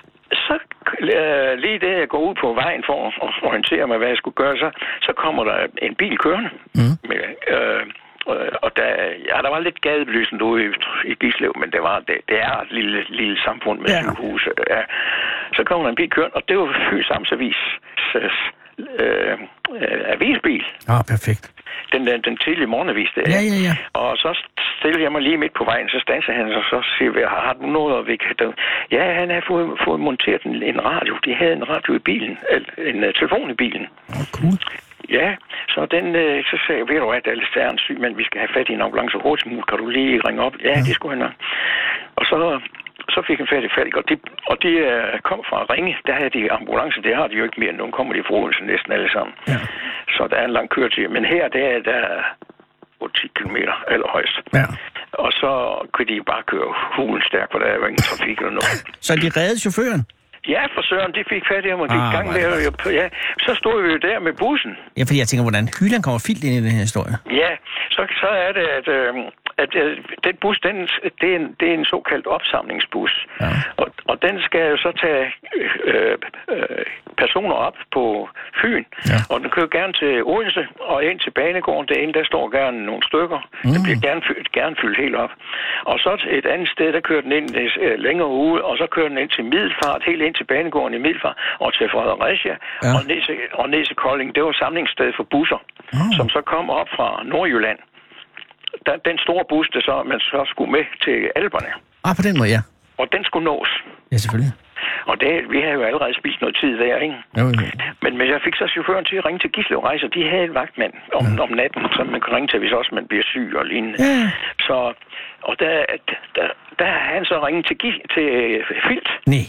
Så øh, lige det, jeg går ud på vejen for at orientere mig, hvad jeg skulle gøre, så, så kommer der en bil kørende. Mm. Med, øh, og der, ja, der var lidt gadebelysende ude i, i Gislev, men det, var, det, det er et lille, lille samfund med ja. huse. Ja. Så kommer der en bil kørende, og det var Fyns Amtsavis øh, øh, avisbil. Ah, perfekt. Den, den, den tidlige morgenavis der. Ja, ja, ja. Og så stiller jeg mig lige midt på vejen, så standser han, og så siger jeg, har du noget at vi kan... Ja, han har fået, fået monteret en, en radio. De havde en radio i bilen, en uh, telefon i bilen. Oh, cool. Ja, så den, uh, så sagde jeg, ved du hvad, der er lidt stærn syg, men vi skal have fat i en ambulance hurtigt muligt. Kan du lige ringe op? Ja, ja. Det skulle han nok. Og så... Så fik han fat i Falk, og de, og de uh, kom fra Ringe. Der havde de ambulance, det har de jo ikke mere. Nu kommer de fra Odense næsten alle sammen. Ja. så der er en lang køretid. Men her, det er der otte til ti kilometer allerhøjst. Ja. Og så kan de bare køre hulen stærkt, for der er jo ingen trafik eller noget. Så de reddede chaufføren? Ja, for søren, de fik fat i ham, og gik Ah, i gang med at... Ja, så stod vi jo der med bussen. Ja, fordi jeg tænker, hvordan Hyland kommer filt ind i den her historie. Ja, så, så er det, at, øh, at øh, den bus, den, det, er en, det er en såkaldt opsamlingsbus. Ja. Og, og den skal jo så tage øh, øh, personer op på Fyn. Ja. Og den kører gerne til Odense og ind til Banegården. Derinde, der står gerne nogle stykker. Mm. Den bliver gerne, gerne fyldt helt op. Og så et andet sted, der kører den ind øh, længere ude, og så kører den ind til Middelfart, helt ind til Banegården i Middelfart, og til Fredericia, ja. og, ned til, og ned til Kolding. Det var samlingssted for busser, mm. som så kom op fra Nordjylland. Den, den store bus, der så, man så skulle med til Alperne. Ah, på den måde, ja. Og den skulle nås. Ja, selvfølgelig. Og det, vi havde jo allerede spist noget tid der, ikke? Jo, jo. Men, men jeg fik så chaufføren til at ringe til Gislev Rejser. De havde en vagtmand om, ja. om natten, som man kan ringe til, hvis også man bliver syg og lignende. Ja. Så, og der, der, der har han så ringet til, til Filt. Nej.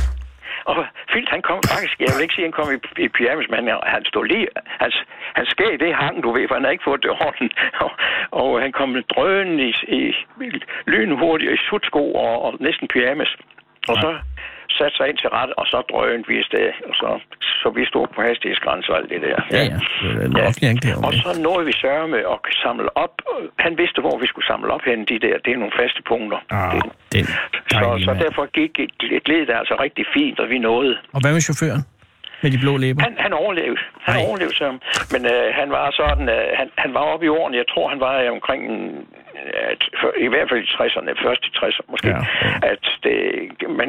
Og Filt, han kom faktisk, jeg vil ikke sige, at han kom i, i pyjamas, men han, han stod lige, hans, hans skæg, det hang, du ved, for han havde ikke fået det orden. Og, og han kom med drønen i, i, i lynhurtigt, i sutsko og, og næsten pyjamas. Og så satte sig ind til ret, og så drønede vi i stedet, og så, så vi stod på hastighedsgrænser og alt det der. Ja, ja. Det er ja. Det og så nåede vi sørge med at samle op. Han vidste, hvor vi skulle samle op hen, de der. Det er nogle faste punkter. Ah, det, det så, så derfor gik glædet altså rigtig fint, og vi nåede. Og hvad med chaufføren? Med de blå læber? Han, han overlevede. Han Ej. overlevede så. Men øh, han var sådan, øh, han, han var oppe i årene. Jeg tror, han var øh, omkring, at, for, i hvert fald i tresserne, først i tresserne måske. Ja, ja. At det, men,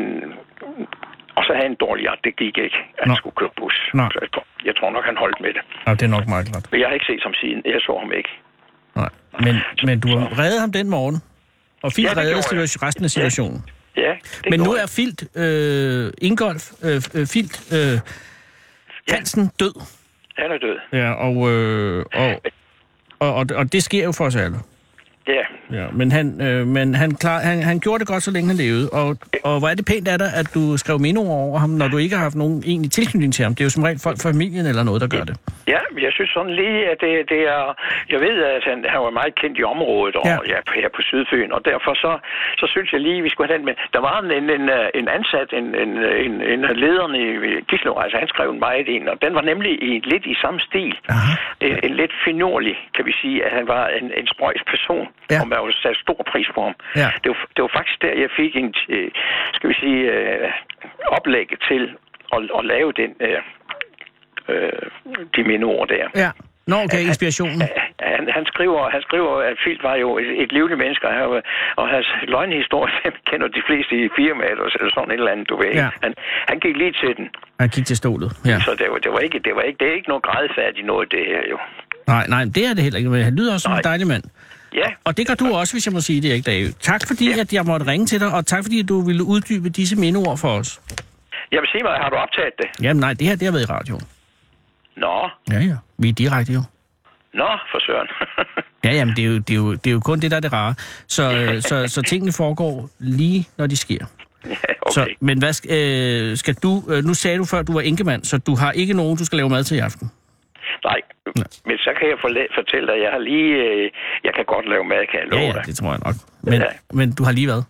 og så havde han en dårlig jagt. Det gik ikke, at han Nå. skulle køre bus. Så jeg, tror, jeg tror nok, han holdt med det. Ja, det er nok meget klart. Men jeg har ikke set ham siden. Jeg så ham ikke. Nej, men, men du har reddet ham den morgen. Og Filt ja, reddede situation, resten af situationen. Ja, ja men nu er Filt, øh, Ingolf, øh, Filt, øh, Hansen død. Han er død. Ja, og, øh, og, og, og, og det sker jo for os alle. Ja. Ja, men han, øh, men han, klar, han, han gjorde det godt, så længe han levede. Og, og hvor er det pænt af dig, at du skrev mindeord over ham, når du ikke har haft nogen egentlig tilknytning til ham. Det er jo som regel folk fra familien eller noget, der gør det. Ja, jeg synes sådan lige, at det, det er... Jeg ved, at han, han var meget kendt i området, og ja. Ja, her på Sydfyn, og derfor så, så synes jeg lige, vi skulle have den med. Der var en, en, en ansat, en, en, en, en af lederne i Gislev Rejser, han skrev en meget en, og den var nemlig i, lidt i samme stil. En, en lidt finurlig, kan vi sige, at han var en, en sprøjs person. Ja. Og man jo satte stor pris på ham. Ja. Det, var, det var faktisk der, jeg fik en, skal vi sige, øh, oplæg til at, at lave den, øh, øh, de mindeord der. Ja. Nå, okay, inspirationen. Han, han, han, skriver, han skriver, at Filt var jo et, et livligt menneske, og, og hans løgnhistorie kender de fleste i firmaet, eller sådan et eller andet, du ved. Ja. Han, han gik lige til den. Han gik til stolet, ja. Så det var, det var ikke, det var ikke, det er ikke noget grædefærdigt noget, det her jo. Nej, nej, det er det heller ikke, men han lyder også som en dejlig mand. Ja. Og det gør du også, hvis jeg må sige det, ikke, Dave. Tak fordi, ja. at jeg måtte ringe til dig, og tak fordi, at du ville uddybe disse mindeord for os. Jeg vil sige mig, har du optaget det? Jamen nej, det her, det har været i radioen. Nå. Ja, ja. Vi er direkte jo. Nå, for søren. ja, jamen, det er, jo, det, er jo, det er jo kun det, der er det rare. Så, så, så tingene foregår lige, når de sker. Ja, okay. Så, men hvad øh, skal du... Øh, nu sagde du før, du var enkemand, så du har ikke nogen, du skal lave mad til i aften. Nej, ja. Men så kan jeg fortælle dig, at jeg har lige... Øh, jeg kan godt lave mad, kan jeg love dig. Ja, ja, det tror jeg nok. Men, ja. men du har lige hvad?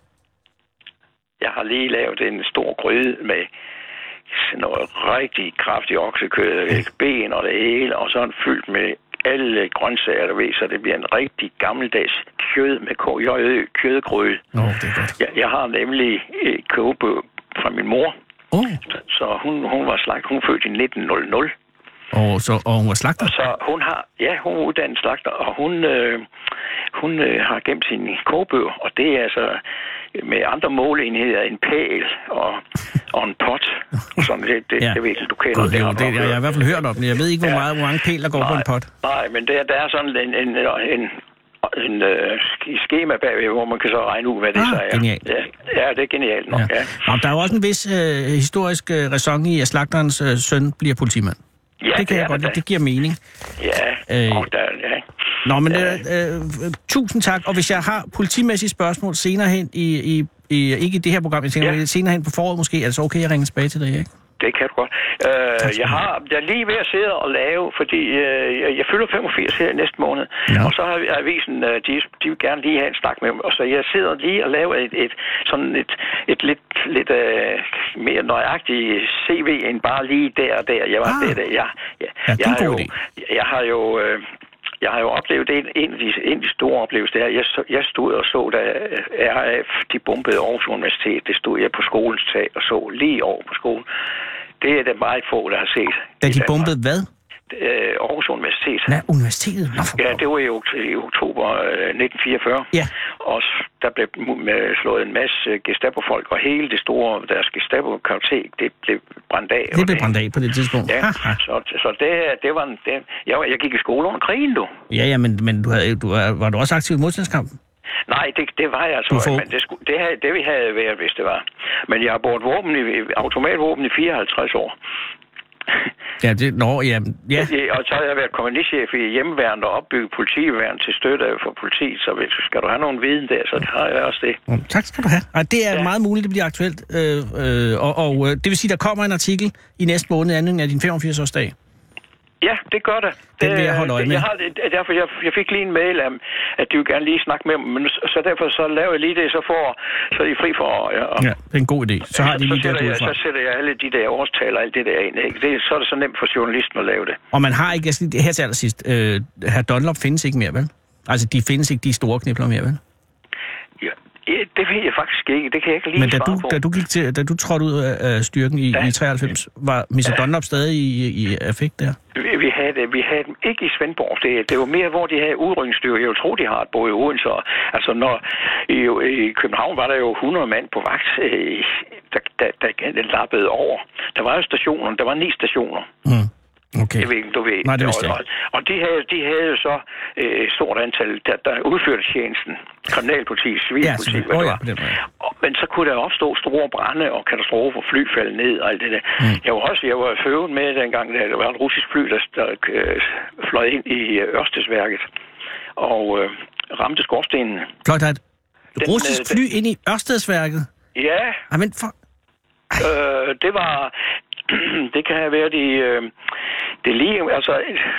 Jeg har lige lavet en stor gryde med sådan noget rigtig kraftig oksekød, ja. ben og det hele, og så fyldt med alle grøntsager, der ved, så det bliver en rigtig gammeldags kød med kødgryde. Nå, det er godt. Jeg, jeg har nemlig et kogebog fra min mor, oh. så hun, hun var slagt, hun født i nitten hundrede. Og, så, og hun var slagter? Og så hun har, ja, hun er uddannet slagter, og hun, øh, hun øh, har gemt sine kogebøger, og det er altså med andre måleenheder, en pæl og, og en pot. Sådan, det, det, ja. det ved du kender. God, det, det, det, jeg har i hvert fald hørt om det. Jeg ved ikke, hvor, meget, ja. hvor mange pæl, der går nej, på en pot. Nej, men der, der er sådan en, en, en, en uh, skema bagved, hvor man kan så regne ud, hvad det ah, så er. Genialt. Ja, ja, det er genialt nok, ja. ja. Og der er jo også en vis øh, historisk øh, ræson i, at slagterens øh, søn bliver politimand. Ja, det kan det jeg godt lide. Det giver mening. Ja, øh, og der, ja. Nå, men ja. øh, øh, tusind tak. Og hvis jeg har politimæssige spørgsmål senere hen i, i, i ikke i det her program, jeg tænker, ja. senere hen på foråret måske, er det så okay at ringe tilbage til dig, ikke? Det kan du godt. Øh, jeg har jeg er lige ved at sidde og lave, fordi øh, jeg, jeg fylder femogfirs her næste måned, ja. Og så har avisen, øh, de, de vil gerne lige have en snak med mig, og så jeg sidder lige og laver et, et sådan et, et lidt, lidt øh, mere nøjagtigt C V end bare lige der og der. Jeg var ah. der, der. Jeg, jeg, ja, jeg, har jo, jeg har jo... Øh, Jeg har jo oplevet en, en, af de, en af de store oplevelser, der. Jeg, jeg stod og så, da R A F de bombede Aarhus Universitet. Det stod jeg på skolens tag og så lige over på skolen. Det er det meget få, der har set. Da de bombede hvad? Øh, Aarhus Universitet. Nej, universitetet? Nå, ja, det var i, i oktober nitten fireogfyrre. Ja. Og der blev slået en masse Gestapo-folk, og hele det store, deres Gestapo-kartotek, det blev brændt af. Det blev brændt af på det tidspunkt? Ja, så, så det, det var en... Det, jeg, jeg gik i skole under krigen, du. Ja, ja, men, men du havde, du, var du også aktiv i modstandskampen? Nej, det, det var jeg altså. Men det, skulle, det, havde, det vi havde været, hvis det var. Men jeg har båret våben i, automatvåben i fireoghalvtreds år. Ja, det... Nå, ja, ja. Og så har jeg været kommandantchef i hjemmeværnet og opbygget politiværn til støtte for politiet, så hvis, skal du have nogen viden der, så har jeg også det. Oh, tak skal du have. Og det er ja. meget muligt, det bliver aktuelt. Øh, øh, og og øh, det vil sige, der kommer en artikel i næste måned, anden af din femogfirs-årsdag. Ja, det gør det. Den vil jeg holde øje med. Jeg har, derfor, jeg, jeg fik lige en mail om, at de vil gerne lige snakke med mig, men så derfor så laver jeg lige det, så får så er I fri for... Ja, og, ja, det er en god idé. Så har de lige så, der jeg, så sætter jeg alle de der årstal og alt det der ind. Ikke? Det, så er det så nemt for journalisten at lave det. Og man har ikke... Jeg skal, her til allersidst. Øh, Herr Dunlop findes ikke mere, vel? Altså, de findes ikke, de store knibler mere, vel? Ja. Det ved jeg faktisk ikke. Det kan jeg ikke lige Men da du, på. da du gik til, da du trådte ud af styrken i, ja. i treoghalvfems, var mister Ja. Dunlop stadig i, i affekt der? Vi, vi havde det, vi havde dem ikke i Svendborg. Det, det var mere, hvor de havde udrykningsstyrker. Jeg tror, de har et både i Odense. Altså, når i, i København var der jo hundrede mand på vagt, der, der, der, der lappede over. Der var jo stationer. Der var ni stationer. Mm. Okay. Jeg ved ikke, du ved. Nej, det vidste jeg. Og, og de havde, de havde så øh, et stort antal, der, der udførte tjenesten. Kriminalpoliti, civilpoliti, ja, hvad oh, det ja, var. det var. Og, men så kunne der opstå store brande og katastrofer, fly faldt ned og alt det der. Mm. Jeg var også, jeg var føvet med dengang, da der var et russisk fly, der, der øh, fløj ind i Ørstedsværket og øh, ramte skorstenen. Flot, at et russisk fly ind i Ørstedsværket? Ja. Ah, men for... øh, det var... det kan have været i... Øh, det lige... Altså...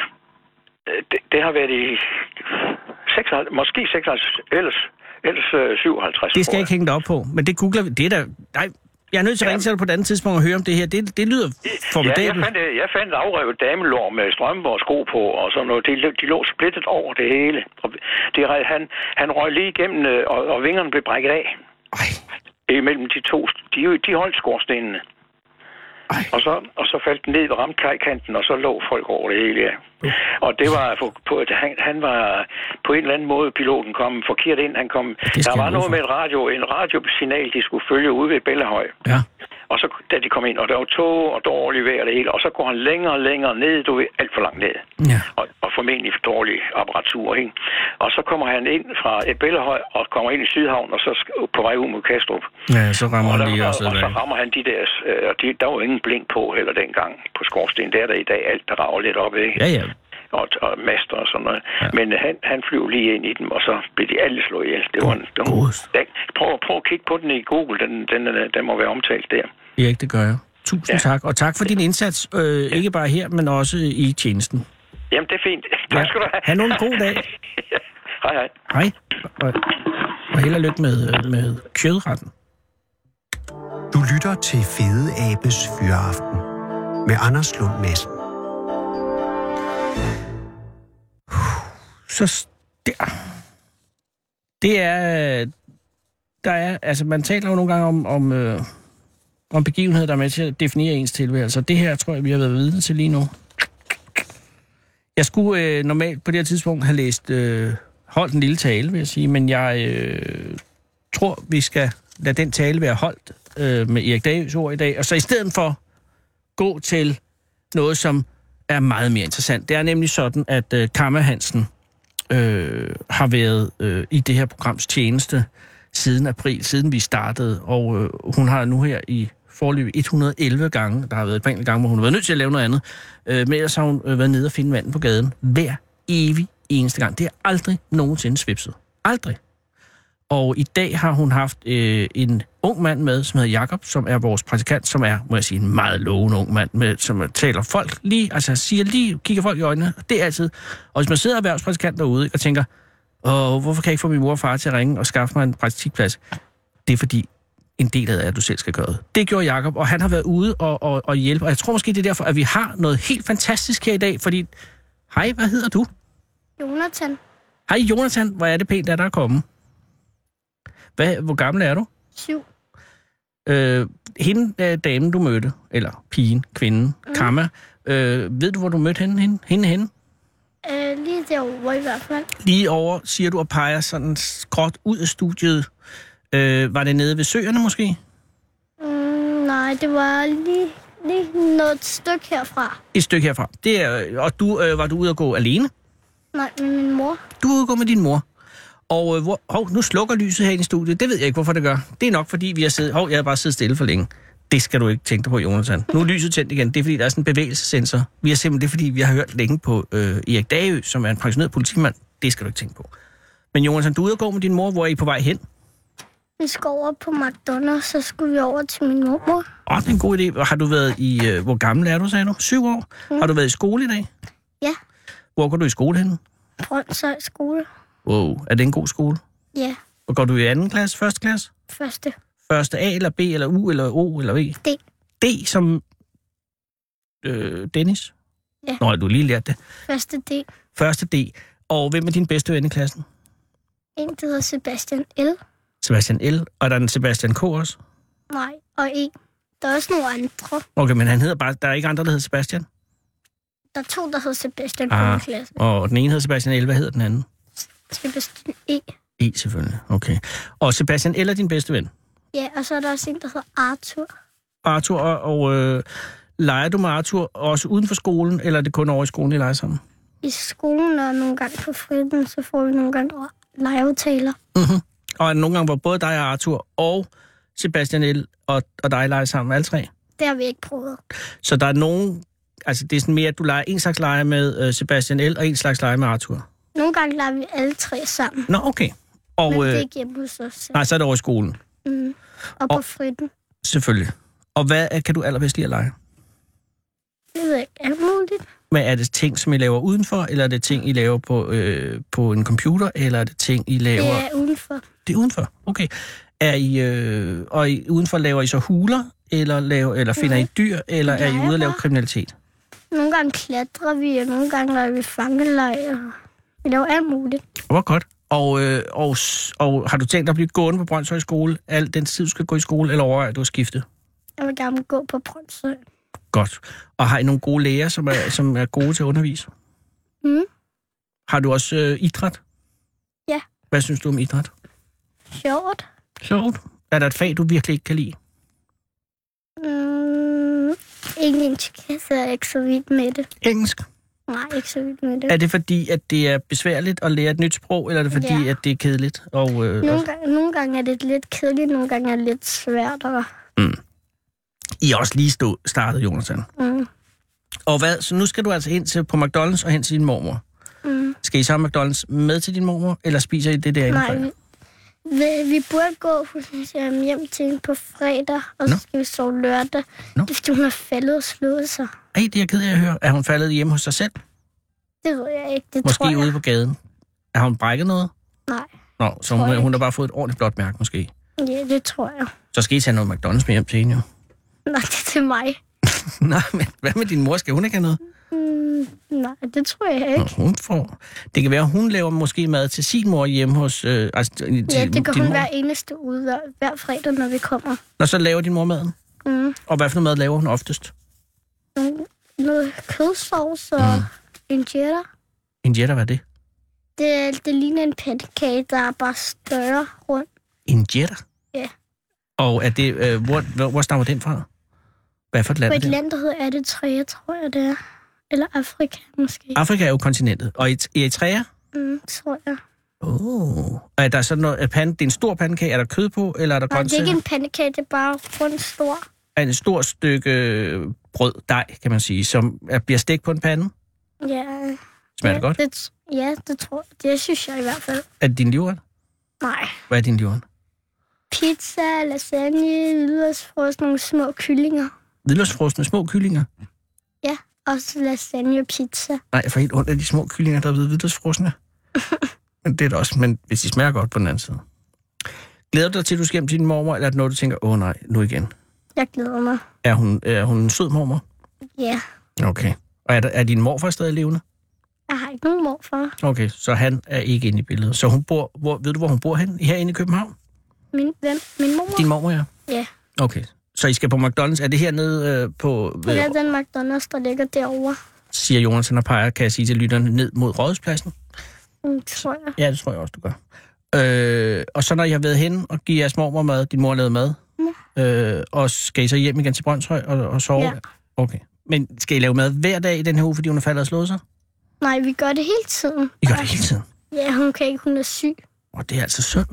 Det, det har været i... seksoghalvtreds, måske seksoghalvtreds, ellers, ellers øh, syvoghalvtreds. Det skal jeg ikke hænge dig op på, men det googler vi. Det er der... Nej, jeg er nødt til at ringe til dig på et andet tidspunkt og høre om det her. Det, det lyder formidabelt. Ja, jeg fandt, jeg fandt et afrevet damelår med strømper og sko på, og sådan noget. De, de lå splittet over det hele. Og det, han, han røg lige igennem, og, og vingerne blev brækket af. Ej. Imellem de to... De, de holdt skorstenene. Og så, og så faldt den ned ved ramkajkanten, og så lå folk over det hele, ja. Uh. Og det var på, på at han, han var på en eller anden måde, piloten kom forkert ind. Han kom, der var noget med et radio, en radiosignal, de skulle følge ude ved Bellahøj. Ja. Og så, da de kom ind, og der var tog og dårlig vejr det hele, og så går han længere og længere ned, du ved, alt for langt ned. Ja. Og, og formentlig for dårlig apparatur, ikke? Og så kommer han ind fra et Bellahøj, og kommer ind i Sydhavn, og så på vej ud mod Kastrup. Ja, så rammer og han der, lige også. Og, og så rammer han de der, og de, der var jo ingen blink på heller dengang på skorsten. Der er der i dag alt, der rager lidt op, ikke? Ja, ja. Og, og master og sådan noget. Ja. Men han, han flyv lige ind i dem, og så blev de alle slået ihjel. Det var en, det var, den, prøv, prøv at kigge på den i Google, den, den, den må være omtalt der. Erik, det gør jeg. Tusind ja. tak. Og tak for din indsats, øh, ja. ikke bare her, men også i tjenesten. Jamen, det er fint. Tak skal du have. Ha' nogen god dag. Ja. Hej, hej. Hej. Og, og held og lykke med, med kødretten. Du lytter til Fede Abes Fyraften med Anders Lund Madsen. Så der. Det er... Der er... Altså, man taler jo nogle gange om... om øh, om begivenheder, der er med til at definere ens tilværelse. Det her tror jeg, vi har været vidne til lige nu. Jeg skulle øh, normalt på det her tidspunkt have læst øh, holdt en lille tale, vil jeg sige, men jeg øh, tror, vi skal lade den tale være holdt øh, med Erik Davies ord i dag, og så i stedet for gå til noget, som er meget mere interessant. Det er nemlig sådan, at øh, Kamma Hansen øh, har været øh, i det her programs tjeneste siden april, siden vi startede, og øh, hun har nu her i forløbet et hundrede og elleve gange, der har været et par gange, hvor hun har været nødt til at lave noget andet, øh, men ellers har hun øh, været nede og finde vandet på gaden hver evig eneste gang. Det er aldrig nogensinde svipset. Aldrig. Og i dag har hun haft øh, en ung mand med, som hedder Jakob, som er vores praktikant, som er, må jeg sige, en meget lovende ung mand, med, som taler folk lige, altså siger lige, kigger folk i øjnene, det er altid. Og hvis man sidder erhvervspraktikant derude og tænker, åh, hvorfor kan jeg ikke få min mor og far til at ringe og skaffe mig en praktikplads? Det er fordi, en del af det er, at du selv skal gøre det. Det gjorde Jakob, og han har været ude og, og, og hjælpe. Og jeg tror måske, det er derfor, at vi har noget helt fantastisk her i dag, fordi... Hej, hvad hedder du? Jonathan. Hej, Jonathan. Hvor er det pænt, at der er kommet. Hvad, hvor gammel er du? Syv. Øh, hende, øh, damen, du mødte, eller pigen, kvinden, mm. Kamma, øh, ved du, hvor du mødte hende? Hende, hende, hende? Øh, lige derovre i hvert fald. Lige over, siger du, og peger sådan skråt ud af studiet. Øh, var det nede ved søerne måske? Mm, nej, det var lige, lige noget stykke herfra. Et stykke herfra. Det er, og du, øh, var du ude at gå alene? Nej, med min mor. Du er ude at gå med din mor. Og øh, hvor, hov, nu slukker lyset her i studiet. Det ved jeg ikke, hvorfor det gør. Det er nok, fordi vi har siddet... Hov, jeg har bare siddet stille for længe. Det skal du ikke tænke dig på, Jonathan. Nu er lyset tændt igen. Det er, fordi der er sådan en bevægelsessensor. Vi har simpelthen det, er, fordi vi har hørt længe på øh, Erik Dagø, som er en pensioneret politimand. Det skal du ikke tænke på. Men Jonathan, du er ude at gå med din mor. Hvor er I på vej hen? Vi skal over på McDonald's, så skulle vi over til min mormor. Åh, oh, det er en god idé. Har du været i... Øh, hvor gammel er du, sagde du? Syv år? Mm. Har du været i skole i dag? Ja. Hvor går du i skole henne? Brøndshøj skole. Wow, er det en god skole? Ja. Og går du i anden klasse, første klasse? Første. Første A eller B eller U eller O eller V? D. D som øh, Dennis? Ja. Nå, du har lige lært det. Første D. Første D. Og hvem er din bedste ven i klassen? En, der hedder Sebastian L. Sebastian L. Og er der en Sebastian K også? Nej, og en. Der er også nogle andre. Okay, men han hedder bare... Der er ikke andre, der hedder Sebastian? Der er to, der hedder Sebastian ah, i klassen. Og den ene hedder Sebastian L. Hvad hedder den anden? Sebastian E. E, selvfølgelig. Okay. Og Sebastian L. er din bedste ven? Ja, og så er der også en, der hedder Arthur. Arthur, og, og øh, leger du med Arthur også uden for skolen, eller er det kun over i skolen, I leger sammen? I skolen og nogle gange på friden, så får vi nogle gange legeaftaler. Mm-hmm. Og er det nogle gange, hvor både dig og Arthur og Sebastian L. og, og dig leger sammen, alle tre? Det har vi ikke prøvet. Så der er nogen... Altså, det er sådan mere, at du leger en slags leje med øh, Sebastian L. og en slags leje med Arthur? Nogle gange leger vi alle tre sammen. Nå, okay. Og, men det er øh, ikke hjemme hos os. Nej, så er det over i skolen? Mm. Og, og på friden. Selvfølgelig. Og hvad kan du allerbedst lide at lege? Det ved jeg ikke. Alt muligt. Men er det ting, som I laver udenfor, eller er det ting, I laver på, øh, på en computer, eller er det ting, I laver... Det er udenfor. Det er udenfor, okay. Er I, øh, og I, udenfor laver I så huler, eller, laver, eller finder Nej. I dyr, eller er I ude at lave kriminalitet? Nogle gange klatrer vi, og nogle gange laver vi fangelej, og vi laver alt muligt. Hvor godt. Og, øh, og, og har du tænkt dig at blive gående på Brøndshøj skole, al den tid, du skal gå i skole, eller overvejer du at skifte? Jeg vil gerne gå på Brøndshøj. Godt. Og har I nogle gode læger, som er, som er gode til at undervise? Mm. Har du også øh, idræt? Ja. Hvad synes du om idræt? Sjovt. Sjovt. Er der et fag, du virkelig ikke kan lide? Mm, engelsk, så er jeg ikke så vidt med det. Engelsk? Nej, ikke så vidt med det. Er det fordi, at det er besværligt at lære et nyt sprog, eller er det fordi, ja. at det er kedeligt? Og, øh, nogle, og... gange, nogle gange er det lidt kedeligt, nogle gange er det lidt svært. Og... Mm. I er også lige stå, startet, Jonathan. Mm. Og hvad? Så nu skal du altså ind til, på McDonald's og hen til din mormor. Mm. Skal I så have McDonald's med til din mormor, eller spiser I det derinde? Nej, vi, vi, vi burde gå hjem til hende på fredag, og Nå. så skal vi sove lørdag. Nå. Det er fordi, hun har faldet og slået sig. Ej, det er jeg ked af at høre. Er hun faldet hjemme hos sig selv? Det ved jeg ikke, det Måske tror jeg. ude på gaden. Er hun brækket noget? Nej. Nå, så hun, hun har bare fået et ordentligt blåt mærke, måske. Ja, det tror jeg. Så skal I tage noget McDonald's med hjem til hende, jo. Nej, det er til mig. Nej, men hvad med din mor? Skal hun ikke have noget? Mm, nej, det tror jeg ikke. Nå, hun får... Det kan være, at hun laver måske mad til sin mor hjemme hos... Øh, altså, til, Ja, det kan din hun mor. hver eneste uge, hver, hver fredag, når vi kommer. Når så laver din mor maden? Mm. Og hvad for noget mad laver hun oftest? Mm, noget kødsovs og mm. en cheddar. En jetta, hvad er det? Det, det ligner en pandekage, der er bare større rundt. En jetta? Ja. Og er det... Øh, hvor, hvor, hvor stammer den fra? Hvad for et land På er et det? land, der hedder Eritrea, tror jeg, det er. Eller Afrika, måske. Afrika er jo kontinentet. Og Eritrea? Mm, tror jeg. Åh. Oh. Er der sådan noget... Er pande, det er en stor pandekage. Er der kød på, eller er der Nej, det grøntsager? er ikke en pandekage, det er bare rundt stor. Er en stor stykke brød, dej, kan man sige, som er, bliver stegt på en pande? Ja. Smager ja, det godt? Det, ja, det tror jeg. Det synes jeg i hvert fald. Er det din livret? Nej. Hvad er din livret? Pizza, lasagne, hvidløgsfrost, nogle små kyllinger. Hvidløgsfrosne små kyllinger? Ja, og så lasagne og pizza. Nej, jeg får helt ondt af de små kyllinger, der er blevet hvidløgsfrosne. Men det er det også, men hvis de smager godt på den anden side. Glæder du dig til, at du skal hjem til din mormor, eller er det noget, du tænker, åh nej, nu igen? Jeg glæder mig. Er hun, er hun en sød mormor? Ja. Okay. Og er, der, er din morfar stadig levende? Jeg har ikke nogen morfar. Okay, så han er ikke inde i billedet. Så hun bor, hvor, ved du, hvor hun bor hen? Herinde i København? Min, hvem? Min mormor? Din mormor, ja. Ja. Okay. Så I skal på McDonald's. Er det hernede øh, på... Det er den McDonald's, der ligger derovre. Siger Jonas, han og peger, kan jeg sige til lytterne, ned mod Rådhuspladsen? Mm, tror jeg. Ja, det tror jeg også, du gør. Øh, og så når I har været hen og givet jeres mormor mad, din mor lavede mad, mm. øh, og skal I så hjem igen til Brønshøj og, og sove? Ja. Okay. Men skal I lave mad hver dag i den her uge, fordi hun er faldet og slået sig? Nej, vi gør det hele tiden. I gør det hele tiden? Ja, hun kan ikke, hun er syg. Og det er altså synd.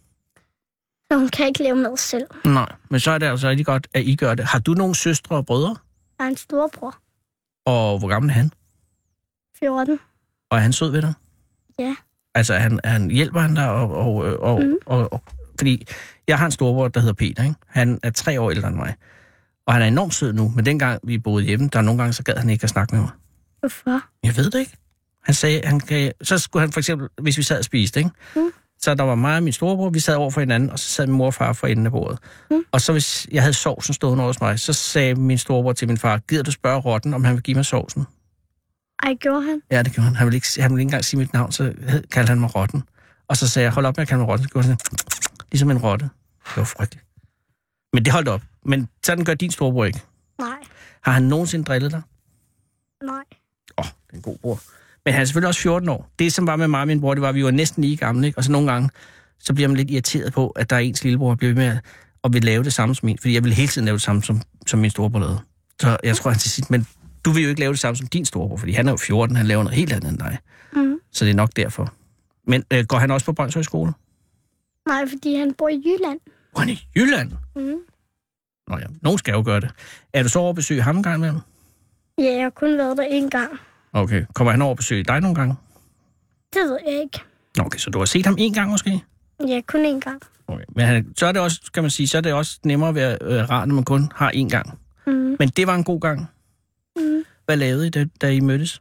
Så hun kan ikke lave mad selv. Nej, men så er det altså rigtig godt, at I gør det. Har du nogle søstre og brødre? Jeg er en storebror. Og hvor gammel er han? fjorten. Og er han sød ved dig? Ja. Altså, han, han hjælper han dig, og, og, og, mm. og, og, og... Fordi jeg har en storebror, der hedder Peter, ikke? Han er tre år ældre end mig. Og han er enormt sød nu, men dengang vi boede hjemme, der nogle gange, så gad han ikke at snakke med mig. Hvorfor? Jeg ved det ikke. Han sagde, han kan... Så skulle han for eksempel, hvis vi sad og spiste, ikke? Mm. Så der var mig og min storebror, vi sad over for hinanden, og så sad min mor og far for enden af bordet. Mm. Og så hvis jeg havde sovsen stående over hos mig, så sagde min storebror til min far, gider du spørge rotten, om han vil give mig sovsen? Ej, gjorde han? Ja, det gjorde han. Han ville ikke, han ville ikke engang sige mit navn, så kaldte han mig rotten. Og så sagde jeg, hold op med at kalde mig rotten. Så gjorde han sådan, ligesom en rotte. Det var frygteligt. Men det holdt op. Men sådan gør din storebror ikke. Nej. Har han nogensinde drillet dig? Nej. Åh, oh, det er en god bror. Men han er selvfølgelig også fjorten år. Det, som var med mig og min bror, det var, at vi var næsten lige gamle, ikke? Og så nogle gange, så bliver man lidt irriteret på, at der er ens lillebror, der bliver ved med at vil lave det samme som min. Fordi jeg vil hele tiden lave det samme, som, som min storebror lavede. Så jeg tror, han til sidst, men du vil jo ikke lave det samme som din storebror, fordi han er jo fjorten, han laver noget helt andet end dig. Mm. Så det er nok derfor. Men øh, går han også på Brønshøj skole? Nej, fordi han bor i Jylland. Bor han i Jylland? Mm. Nå ja, nogen skal jo gøre det. Er du så over at besøge ham en gang imellem? Ja, jeg har kun været der en gang. Okay, kommer han over at besøge dig nogle gange? Det ved jeg ikke. Okay, så du har set ham en gang måske? Ja, kun en gang. Okay, men han, så er det også, kan man sige, så er det også nemmere at være øh, rar, når man kun har en gang. Mm. Men det var en god gang. Mm. Hvad lavede I, da, da I mødtes?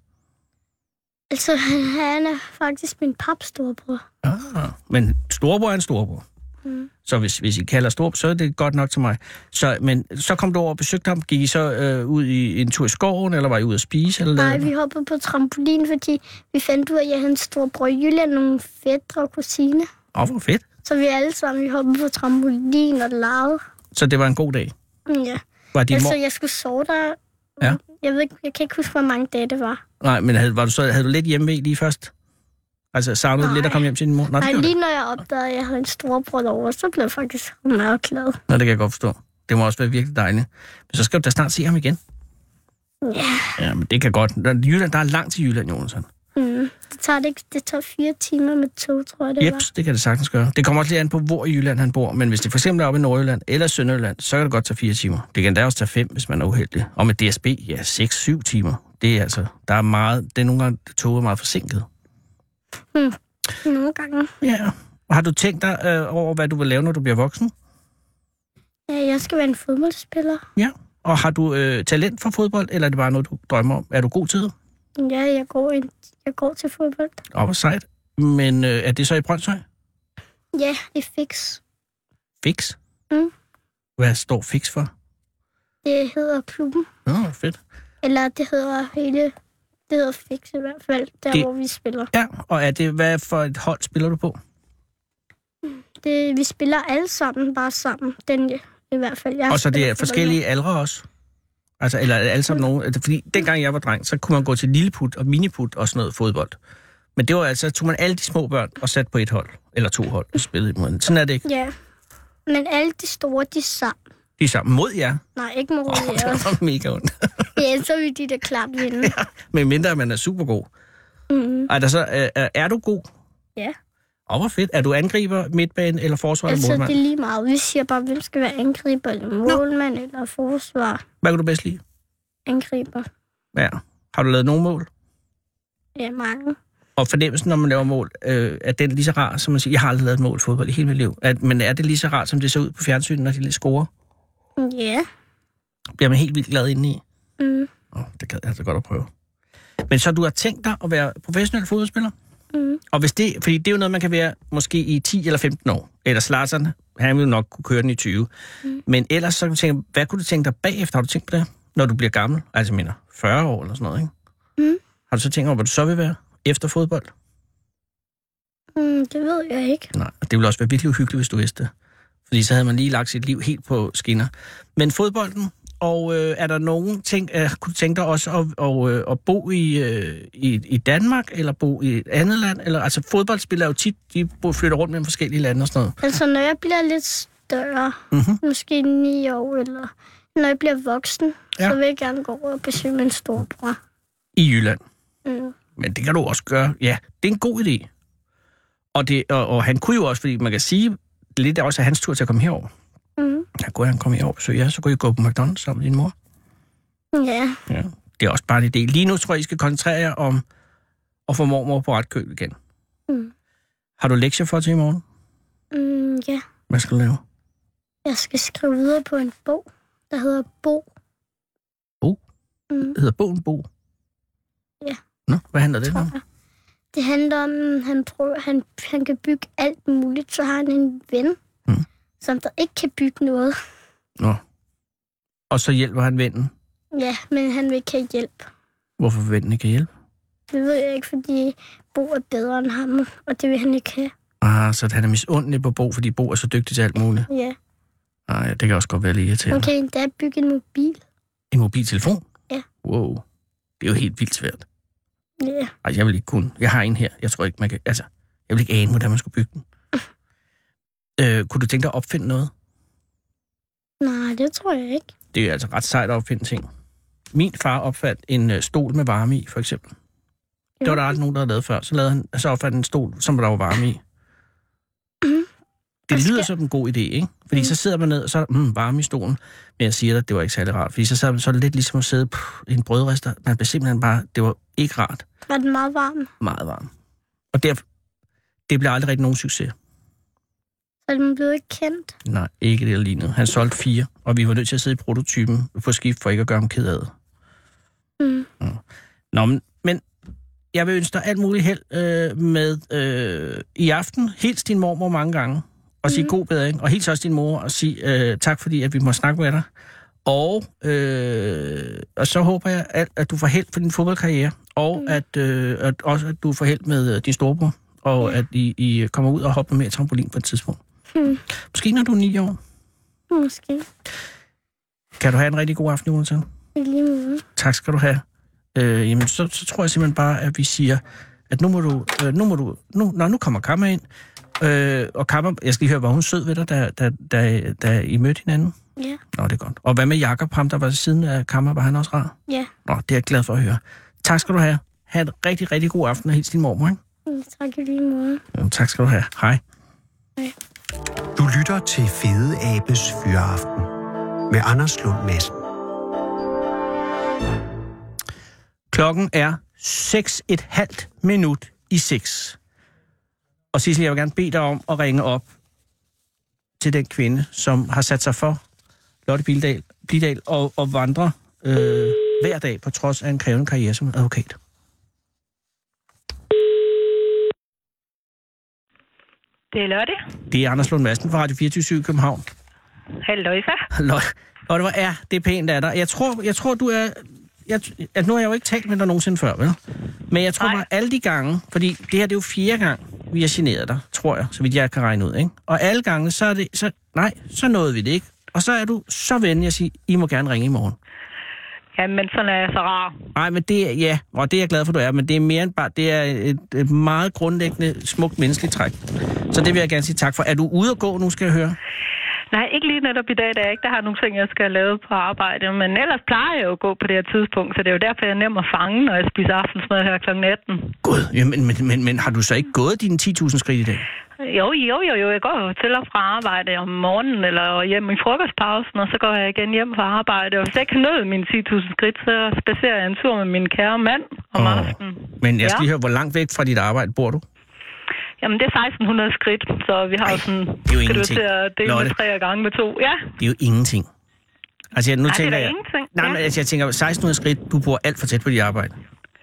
Altså, han er faktisk min paps storebror. Ah, men storebror er en storebror. Mm. Så hvis, hvis I kalder storebror, så er det godt nok til mig. Så, men så kom du over og besøgte ham. Gik I så øh, ud i en tur i skoven, eller var I ude at spise? Eller Nej, vi hoppede på trampolin, fordi vi fandt ud af, at jeg havde en storebror i Jylland, nogle fætre og kusine. Åh, oh, hvor fedt. Så vi alle sammen, vi hoppede på trampolin og legede. Så det var en god dag? Ja. Var din altså, mor... jeg skulle sove der. Ja. Jeg ved ikke, jeg kan ikke huske, hvor mange dage det var. Nej, men havde, var du så, havde du lidt hjemme lige først? Altså, savnede du lidt at komme hjem til din mor? Nå, Nej, lige når jeg opdagede, at jeg havde en storebror derovre, så blev jeg faktisk meget glad. Nå, det kan jeg godt forstå. Det må også være virkelig dejligt. Men så skal du da snart se ham igen. Ja. Ja, men det kan godt. Jylland, der er langt til Jylland, Jonathan. Mm. Det tager, det, ikke, det tager fire timer med tog, tror jeg, det Jeps, det kan det sagtens gøre. Det kommer også lidt an på, hvor i Jylland han bor. Men hvis det for eksempel er oppe i Nordjylland eller Sønderjylland, så kan det godt tage fire timer. Det kan da også tage fem, hvis man er uheldig. Og med D S B, ja, seks, syv timer. Det er altså, der er meget, det er nogle gange, toget er meget forsinket. Mm. Nogle gange. Ja. Har du tænkt dig øh, over, hvad du vil lave, når du bliver voksen? Ja, jeg skal være en fodboldspiller. Ja. Og har du øh, talent for fodbold, eller er det bare noget, du drømmer om? Er du god til det? Ja, jeg går, ind, jeg går til fodbold. Åh, hvor sejt. Men øh, er det så i Brønshøj? Ja, i Fix. Fix? Mm. Hvad står Fix for? Det hedder klubben. Nå, fedt. Eller det hedder hele... Det hedder Fix i hvert fald, der det... hvor vi spiller. Ja, og er det, hvad for et hold spiller du på? Det, vi spiller alle sammen, bare sammen. Den i hvert fald. Jeg og så det er forskellige aldre også? Altså, eller alle sammen mm. nogen? Fordi dengang jeg var dreng, så kunne man gå til lilleput og miniput og sådan noget fodbold. Men det var altså, tog man alle de små børn og satte på et hold, eller to hold, og spillede imod den. Sådan er det ikke? Ja, men alle de store, de er sammen. De er sammen mod jer? Nej, ikke mod oh, jer. Det var mega ondt. Ja, så vil de da klart vinde. Ja, men mindre, man er super god. Mm. Er, der så, er, er du god? Ja. Og hvor fedt. Er du angriber, midtbane eller forsvar altså, eller målmand? Altså, det er lige meget. Vi siger bare, hvem skal være angriber eller målmand no. eller forsvar. Hvad kan du bedst lide? Angriber. Ja. Har du lavet nogle mål? Ja, mange. Og fornemmelsen, når man laver mål, øh, er den lige så rar, som man siger, jeg har aldrig lavet et mål i fodbold i hele mit liv. At, men er det lige så rart, som det ser ud på fjernsynet, når de scorer? Ja. Bliver man helt vildt glad indeni? Mm. Oh, det kan jeg altså godt at prøve. Men så du har tænkt dig at være professionel fodboldspiller? Mm. Og hvis det, fordi det er jo noget, man kan være måske i ti eller femten år. Eller Zlatan, han vil nok kunne køre den i tyve. Mm. Men ellers, så kan du tænke, hvad kunne du tænke dig bagefter? Har du tænkt på det, når du bliver gammel? Altså, jeg mener, fyrre år eller sådan noget, ikke? Mm. Har du så tænkt over, hvad du så vil være efter fodbold? Mm, det ved jeg ikke. Nej, og det ville også være virkelig uhyggeligt, hvis du vidste det. Fordi så havde man lige lagt sit liv helt på skinner. Men fodbolden, og øh, er der nogen ting, øh, kunne du tænke dig også at, og, øh, at bo i, øh, i, i Danmark, eller bo i et andet land? Eller, altså fodboldspillere er jo tit, de flytter rundt mellem forskellige lande og sådan noget. Altså, når jeg bliver lidt større, mm-hmm. måske ni år, eller når jeg bliver voksen, ja. så vil jeg gerne gå over og besøge min storebror. I Jylland? Mm. Men det kan du også gøre. Ja, det er en god idé. Og, det, og, og han kunne jo også, fordi man kan sige, lidt også af hans tur til at komme herover. Mm. Ja, kunne han komme herover og besøge jer, så kunne I gå på McDonald's sammen med din mor. Ja. Ja. Det er også bare en idé. Lige nu tror jeg, I skal koncentrere jer om at få mormor på ret køl igen. Mm. Har du lektier for til i morgen? Mm, ja. Hvad skal du lave? Jeg skal skrive videre på en bog, der hedder Bo. Bo? Mm. Det hedder Bogen Bo? Ja. Nå, hvad handler det om? Det handler om, at han, prøver, han, han kan bygge alt muligt. Så har han en ven, mm. som der ikke kan bygge noget. Nå. Og så hjælper han vennen? Ja, men han vil ikke have hjælp. Hvorfor vil vennen ikke have hjælp? Det ved jeg ikke, fordi Bo er bedre end ham, og det vil han ikke have. Ah, så han er misundelig på Bo, fordi Bo er så dygtig til alt muligt? Ja. Ah, ja, det kan også godt være lige irriterende. Han kan endda bygge en mobil. En mobiltelefon? Ja. Wow. Det er jo helt vildt svært. Ja. Ej, jeg vil ikke kunne. Jeg har en her. Jeg tror ikke, man kan... Altså, jeg vil ikke ane, hvordan man skulle bygge den. øh, kunne du tænke dig at opfinde noget? Nej, det tror jeg ikke. Det er altså ret sejt at opfinde ting. Min far opfandt en øh, stol med varme i, for eksempel. Det var der aldrig nogen, der havde lavet før. Så lavede han, så opfandt en stol, som der var varme i. Mm. Det lyder som en god idé, ikke? Fordi mm. så sidder man ned, og så er der mm, varme i stolen. Men jeg siger dig, det var ikke særlig rart. Fordi så, så, så er det lidt ligesom at sidde på en brødrester. Man blev simpelthen bare... Det var ikke rart. Var den meget varm? Meget varm. Og derfor, det blev aldrig rigtig nogen succes. Så den blev ikke kendt? Nej, ikke det, der lignede. Han solgte fire, og vi var nødt til at sidde i prototypen på skift, for ikke at gøre ham ked af det. Mm. Ja. Nå, men, men jeg vil ønske dig alt muligt held øh, med øh, i aften. Hils din mormor mange gange, og sige mm. god bedring. Og hils også din mor, og sige øh, tak, fordi at vi må snakke med dig. Og, øh, og så håber jeg, at, at du får held for din fodboldkarriere, og mm. at, øh, at også at du får held med øh, din storebror, og ja. at I, I kommer ud og hopper med trampolin på et tidspunkt. Mm. Måske når du er ni år. Måske. Kan du have en rigtig god aften, Jonathan? I lige måde. Tak skal du have. Øh, jamen, så, så tror jeg simpelthen bare, at vi siger, at nu må du... Øh, nu må du nu, nå, nu kommer Kammer ind. Øh, og Kammer, jeg skal lige høre, var hun sød ved dig, da, da, da, da I mødte hinanden? Ja. Nå, det er godt. Og hvad med Jakob, ham der var til siden af Kammer, var han også rar? Ja. Nå, det er jeg glad for at høre. Tak skal du have. Ha' en rigtig, rigtig god aften, og hils din mormor, ikke? Mm, tak i lige måde. Ja, tak skal du have. Hej. Hej. Du lytter til Fede Abes Fyraften med Anders Lund Madsen. Klokken er seks et halvt minut i seks. Og Sissel, jeg vil gerne bede dig om at ringe op til den kvinde, som har sat sig for Lotte Bildal, Bildal og, og vandre øh, hver dag på trods af en krævende karriere som advokat. Det er Lotte. Det er Anders Lund Madsen fra Radio fireogtyve syv i København. Halløjsa. Lotte, Lotte, hvor er det pænt af dig. Jeg tror, jeg tror du er... Jeg, at nu har jeg jo ikke talt med dig nogensinde før, vel? Men jeg tror bare alle de gange, fordi det her det er jo fjerde gang, vi har generet dig, tror jeg, så vidt jeg kan regne ud, ikke? Og alle gange, så er det... Så, nej, så nåede vi det ikke. Og så er du så venlig at sige, I må gerne ringe i morgen. Jamen, sådan er jeg så rar. Nej, men det er... Ja, og det er jeg glad for, du er, men det er mere end bare... Det er et, et meget grundlæggende, smukt menneskeligt træk. Så det vil jeg gerne sige tak for. Er du ude at gå nu, skal jeg høre? Nej, ikke lige netop i dag, da jeg ikke der har nogle ting, jeg skal lave på arbejde. Men ellers plejer jeg jo at gå på det her tidspunkt, så det er jo derfor, jeg er nem at fange, når jeg spiser aftensmad her klokken atten. Gud, jamen, men, men, men har du så ikke gået dine ti tusind skridt i dag? Jo, jo, jo, jo. Jeg går jo til og fra arbejde om morgenen eller hjem i frokostpausen, og så går jeg igen hjem fra arbejde. Og hvis jeg ikke har nået mine ti tusind skridt, så spacerer jeg en tur med min kære mand om oh. aftenen. Men jeg skal ja. lige høre, hvor langt væk fra dit arbejde bor du? Jamen, det er seksten hundrede skridt, så vi har Ej, sådan... det er jo ingenting. Til at dele med tre gange med to. Ja. Det er jo ingenting. Altså, jeg, nu Nej, tænker det er jeg... ingenting. Nej, ja. men altså, jeg tænker, seksten hundrede skridt, du bor alt for tæt på dit arbejde.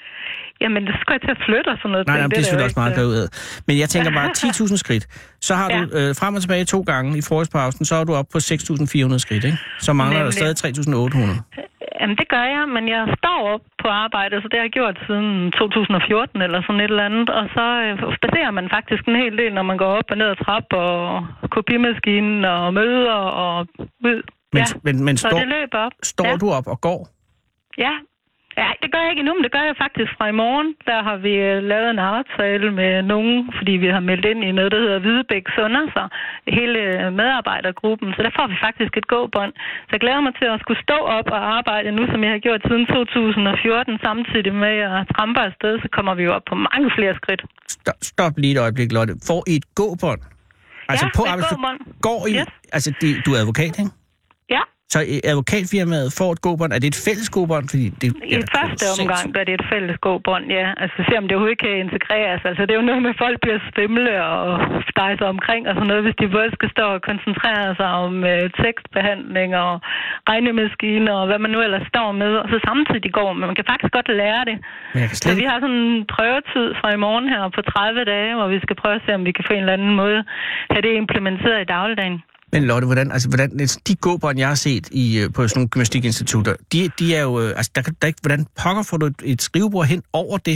Jamen, det skal jeg til at flytte og sådan noget. Nej, nej, det, det er selvfølgelig også meget derud af. Men jeg tænker bare, ti tusind skridt. Så har ja. du øh, frem og tilbage to gange i frokostpausen, så er du oppe på seks tusind fire hundrede skridt, ikke? Så mangler Nemlig. der stadig tre tusind otte hundrede. Jamen, det gør jeg, men jeg står op på arbejde, så det har jeg gjort siden to tusind og fjorten eller sådan et eller andet. Og så øh, spacerer man faktisk en hel del, når man går op og ned ad trap og kopimaskinen og møder og ud. Men, ja. men, men så står, det løber op. Står ja. du op og går? Ja. Ja, det gør jeg ikke endnu, men det gør jeg faktisk fra i morgen. Der har vi lavet en aftale med nogen, fordi vi har meldt ind i noget, der hedder Hvidebæk Sunder, så hele medarbejdergruppen. Så der får vi faktisk et gåbånd. Så jeg glæder mig til at skulle stå op og arbejde nu, som jeg har gjort siden to tusind og fjorten, samtidig med at trampe afsted, så kommer vi jo op på mange flere skridt. Stop, stop lige et øjeblik, Lotte. Får I et gåbånd? Altså ja, på et gåbånd. Går I? Yes. Altså, de, du er advokat, ikke? Ja. Så advokatfirmaet får et gåbånd. Er det et fælles gåbånd? Fordi det, I ja, første omgang er det et fælles gåbånd, ja. Altså, se om det overhovedet kan integreres. Altså, det er jo noget med, at folk bliver svimle og stejser omkring og sådan noget, hvis de både skal stå og koncentrere sig om øh, tekstbehandling og regnemaskiner og hvad man nu ellers står med, og så samtidig går. Men man kan faktisk godt lære det. Så vi har sådan en prøvetid fra i morgen her på tredive dage, hvor vi skal prøve at se, om vi kan på en eller anden måde have det implementeret i dagligdagen. Men Lotte, hvordan, altså, hvordan, de gåbånd, jeg har set i, på sådan nogle gymnastikinstitutter, de, de er jo, altså, der, der ikke, hvordan pokker får du et, et skrivebord hen over det?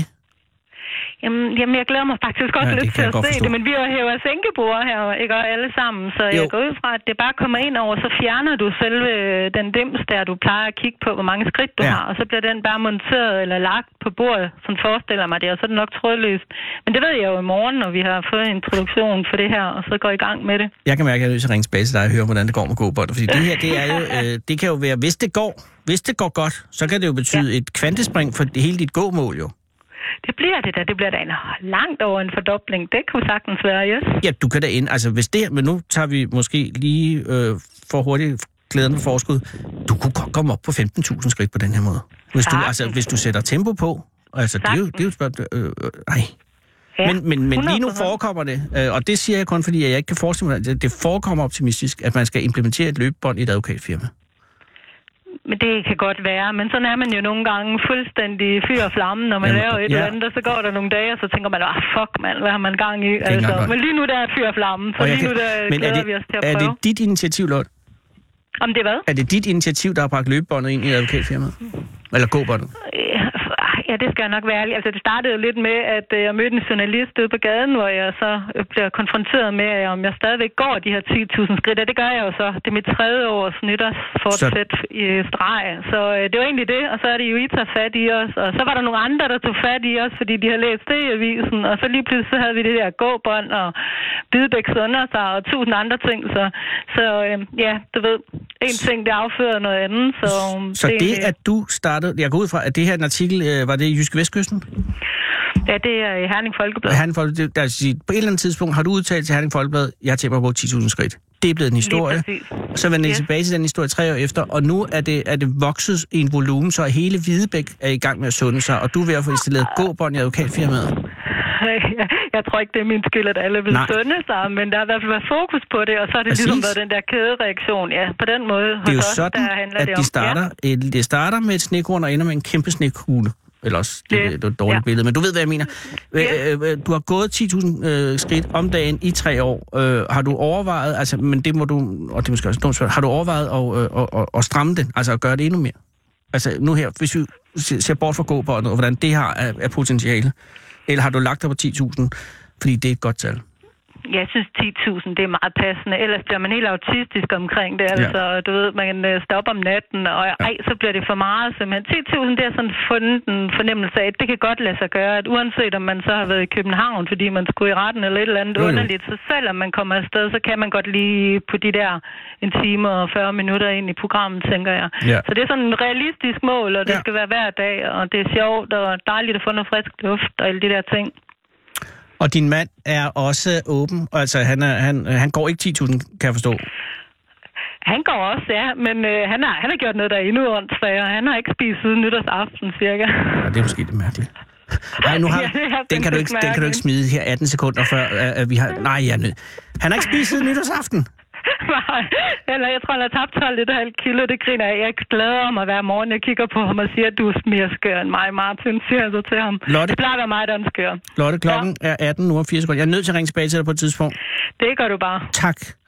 Jamen, jamen, jeg glæder mig faktisk godt ja, lidt til at se forstå. det, men vi har hævet sænkebord her, ikke, og alle sammen, så jo. Jeg går ud fra, at det bare kommer ind over, så fjerner du selve den dims, der du plejer at kigge på, hvor mange skridt du ja. har, og så bliver den bare monteret eller lagt på bordet, som forestiller mig det, og så er det nok trådløst. Men det ved jeg jo i morgen, når vi har fået en introduktion for det her, og så går i gang med det. Jeg kan mærke, at jeg er nødt til at ringe tilbage til dig og høre, hvordan det går med gåbånd, fordi det her, det er jo, øh, det kan jo være, hvis det går, hvis det går godt, så kan det jo betyde ja. et kvantespring for hele dit gåmål jo. Det bliver det da. Det bliver da en langt over en fordobling. Det kunne sagtens være, yes. Ja, du kan da ind. Altså, hvis det... Men nu tager vi måske lige øh, for hurtigt glæden på forskud. Du kunne godt komme op på femten tusind skridt på den her måde. Hvis du, altså, hvis du sætter tempo på. Altså, det er jo, det er jo et spørgsmål... Øh, øh, nej. Ja, men, men, men lige nu forekommer det, øh, og det siger jeg kun, fordi jeg ikke kan forestille mig, at det forekommer optimistisk, at man skal implementere et løbebånd i et advokatfirma. Men det kan godt være, men sådan er man jo nogle gange fuldstændig fyr og flamme, når man Jamen, laver et ja. eller andet, og så går der nogle dage, og så tænker man, ah fuck mand, hvad har man gang i? Altså, men lige nu der er fyr og flamme, så lige kan... nu der men glæder det, vi os til at prøve. Er det dit initiativ, Lotte? Om det hvad? Er det dit initiativ, der har bragt løbebåndet ind i advokatfirmaet? Eller gåbåndet? Ja, det skal jeg nok være ærlig. Altså, det startede jo lidt med, at jeg mødte en journalist ude på gaden, hvor jeg så bliver konfronteret med, om jeg stadigvæk går de her ti tusind skridt. Og det gør jeg jo så. Det er mit tredje års nytårsfortsæt så... i streg. Så øh, det var egentlig det. Og så er det jo, I tager fat i os. Og så var der nogle andre, der tog fat i os, fordi de har læst det i avisen. Og så lige pludselig så havde vi det der gåbånd og Hvidebæk Sunder sig og tusind andre ting. Så, så øh, ja, du ved, en ting, det affører noget andet. Så, så det, det, at du startede... Jeg går ud fra, at det her en artikel... Øh, var det i Jyske Vestkysten? Ja, det er i Herning Folkeblad. Herning Folkeblad. Der, der, på et eller andet tidspunkt har du udtalt til Herning Folkeblad, jeg har tænkt mig på ti tusind skridt. Det er blevet en historie. Og så vender jeg yes. tilbage til den historie tre år efter, og nu er det, er det vokset i en volumen, så hele Hvidebæk er i gang med at sunde sig, og du er ved at få installeret gåbånd i advokatfirmaet. Jeg, jeg tror ikke, det er min skyld, at alle vil sunde sig, men der har i hvert fald været fokus på det, og så har det Præcis. ligesom været den der kædereaktion. Ja, på den måde. Det er jo også, sådan, at det de starter, ja. et, det starter med et snekorn og ender med en kæmpe snekugle. Eller også, det, det, det er et dårligt ja. billede, men du ved, hvad jeg mener. Ja. Du har gået ti tusind øh, skridt om dagen i tre år. Øh, har du overvejet, altså, men det må du, og det måske også dumt spørge, har du overvejet at, øh, at, at stramme den, altså at gøre det endnu mere? Altså nu her, hvis vi ser bort fra gåbåndet, og hvordan det har af, af potentiale, eller har du lagt dig på ti tusind, fordi det er et godt tal? Jeg synes ti tusind, det er meget passende. Ellers bliver man helt autistisk omkring det. Altså, ja. Du ved, man stopper om natten, og ej, så bliver det for meget. Simpelthen ti tusind, det er sådan fundet en fornemmelse af, at det kan godt lade sig gøre. At uanset om man så har været i København, fordi man skulle i retten eller et eller andet jo, jo. underligt, så selvom man kommer afsted, så kan man godt lige på de der en time og fyrre minutter ind i programmet, tænker jeg. Ja. Så det er sådan et realistisk mål, og det ja. skal være hver dag, og det er sjovt og dejligt at få noget frisk luft og alle de der ting. Og din mand er også åben, altså han, er, han, han går ikke ti tusind, kan jeg forstå? Han går også, ja, men øh, han, har, han har gjort noget, der er endnu åndsfærdigt. Han har ikke spist siden nytårsaften, cirka. Ja, det er måske lidt mærkeligt. Nej, nu har ja, den, kan du ikke, den kan du ikke smide her atten sekunder før, at vi har... Nej, ja, han har ikke spist siden nytårsaften. Nej, eller jeg tror, han har tabt tolv komma fem kilo, det griner jeg. Jeg glæder mig hver morgen, jeg kigger på ham og siger, at du er mere skør end mig, Martin, siger jeg så til ham. Lotte, det plejer at være mig, der er en skør. Lotte, klokken ja. er atten nu og fire sekunder. Jeg er nødt til at ringe tilbage til dig på et tidspunkt. Det gør du bare. Tak.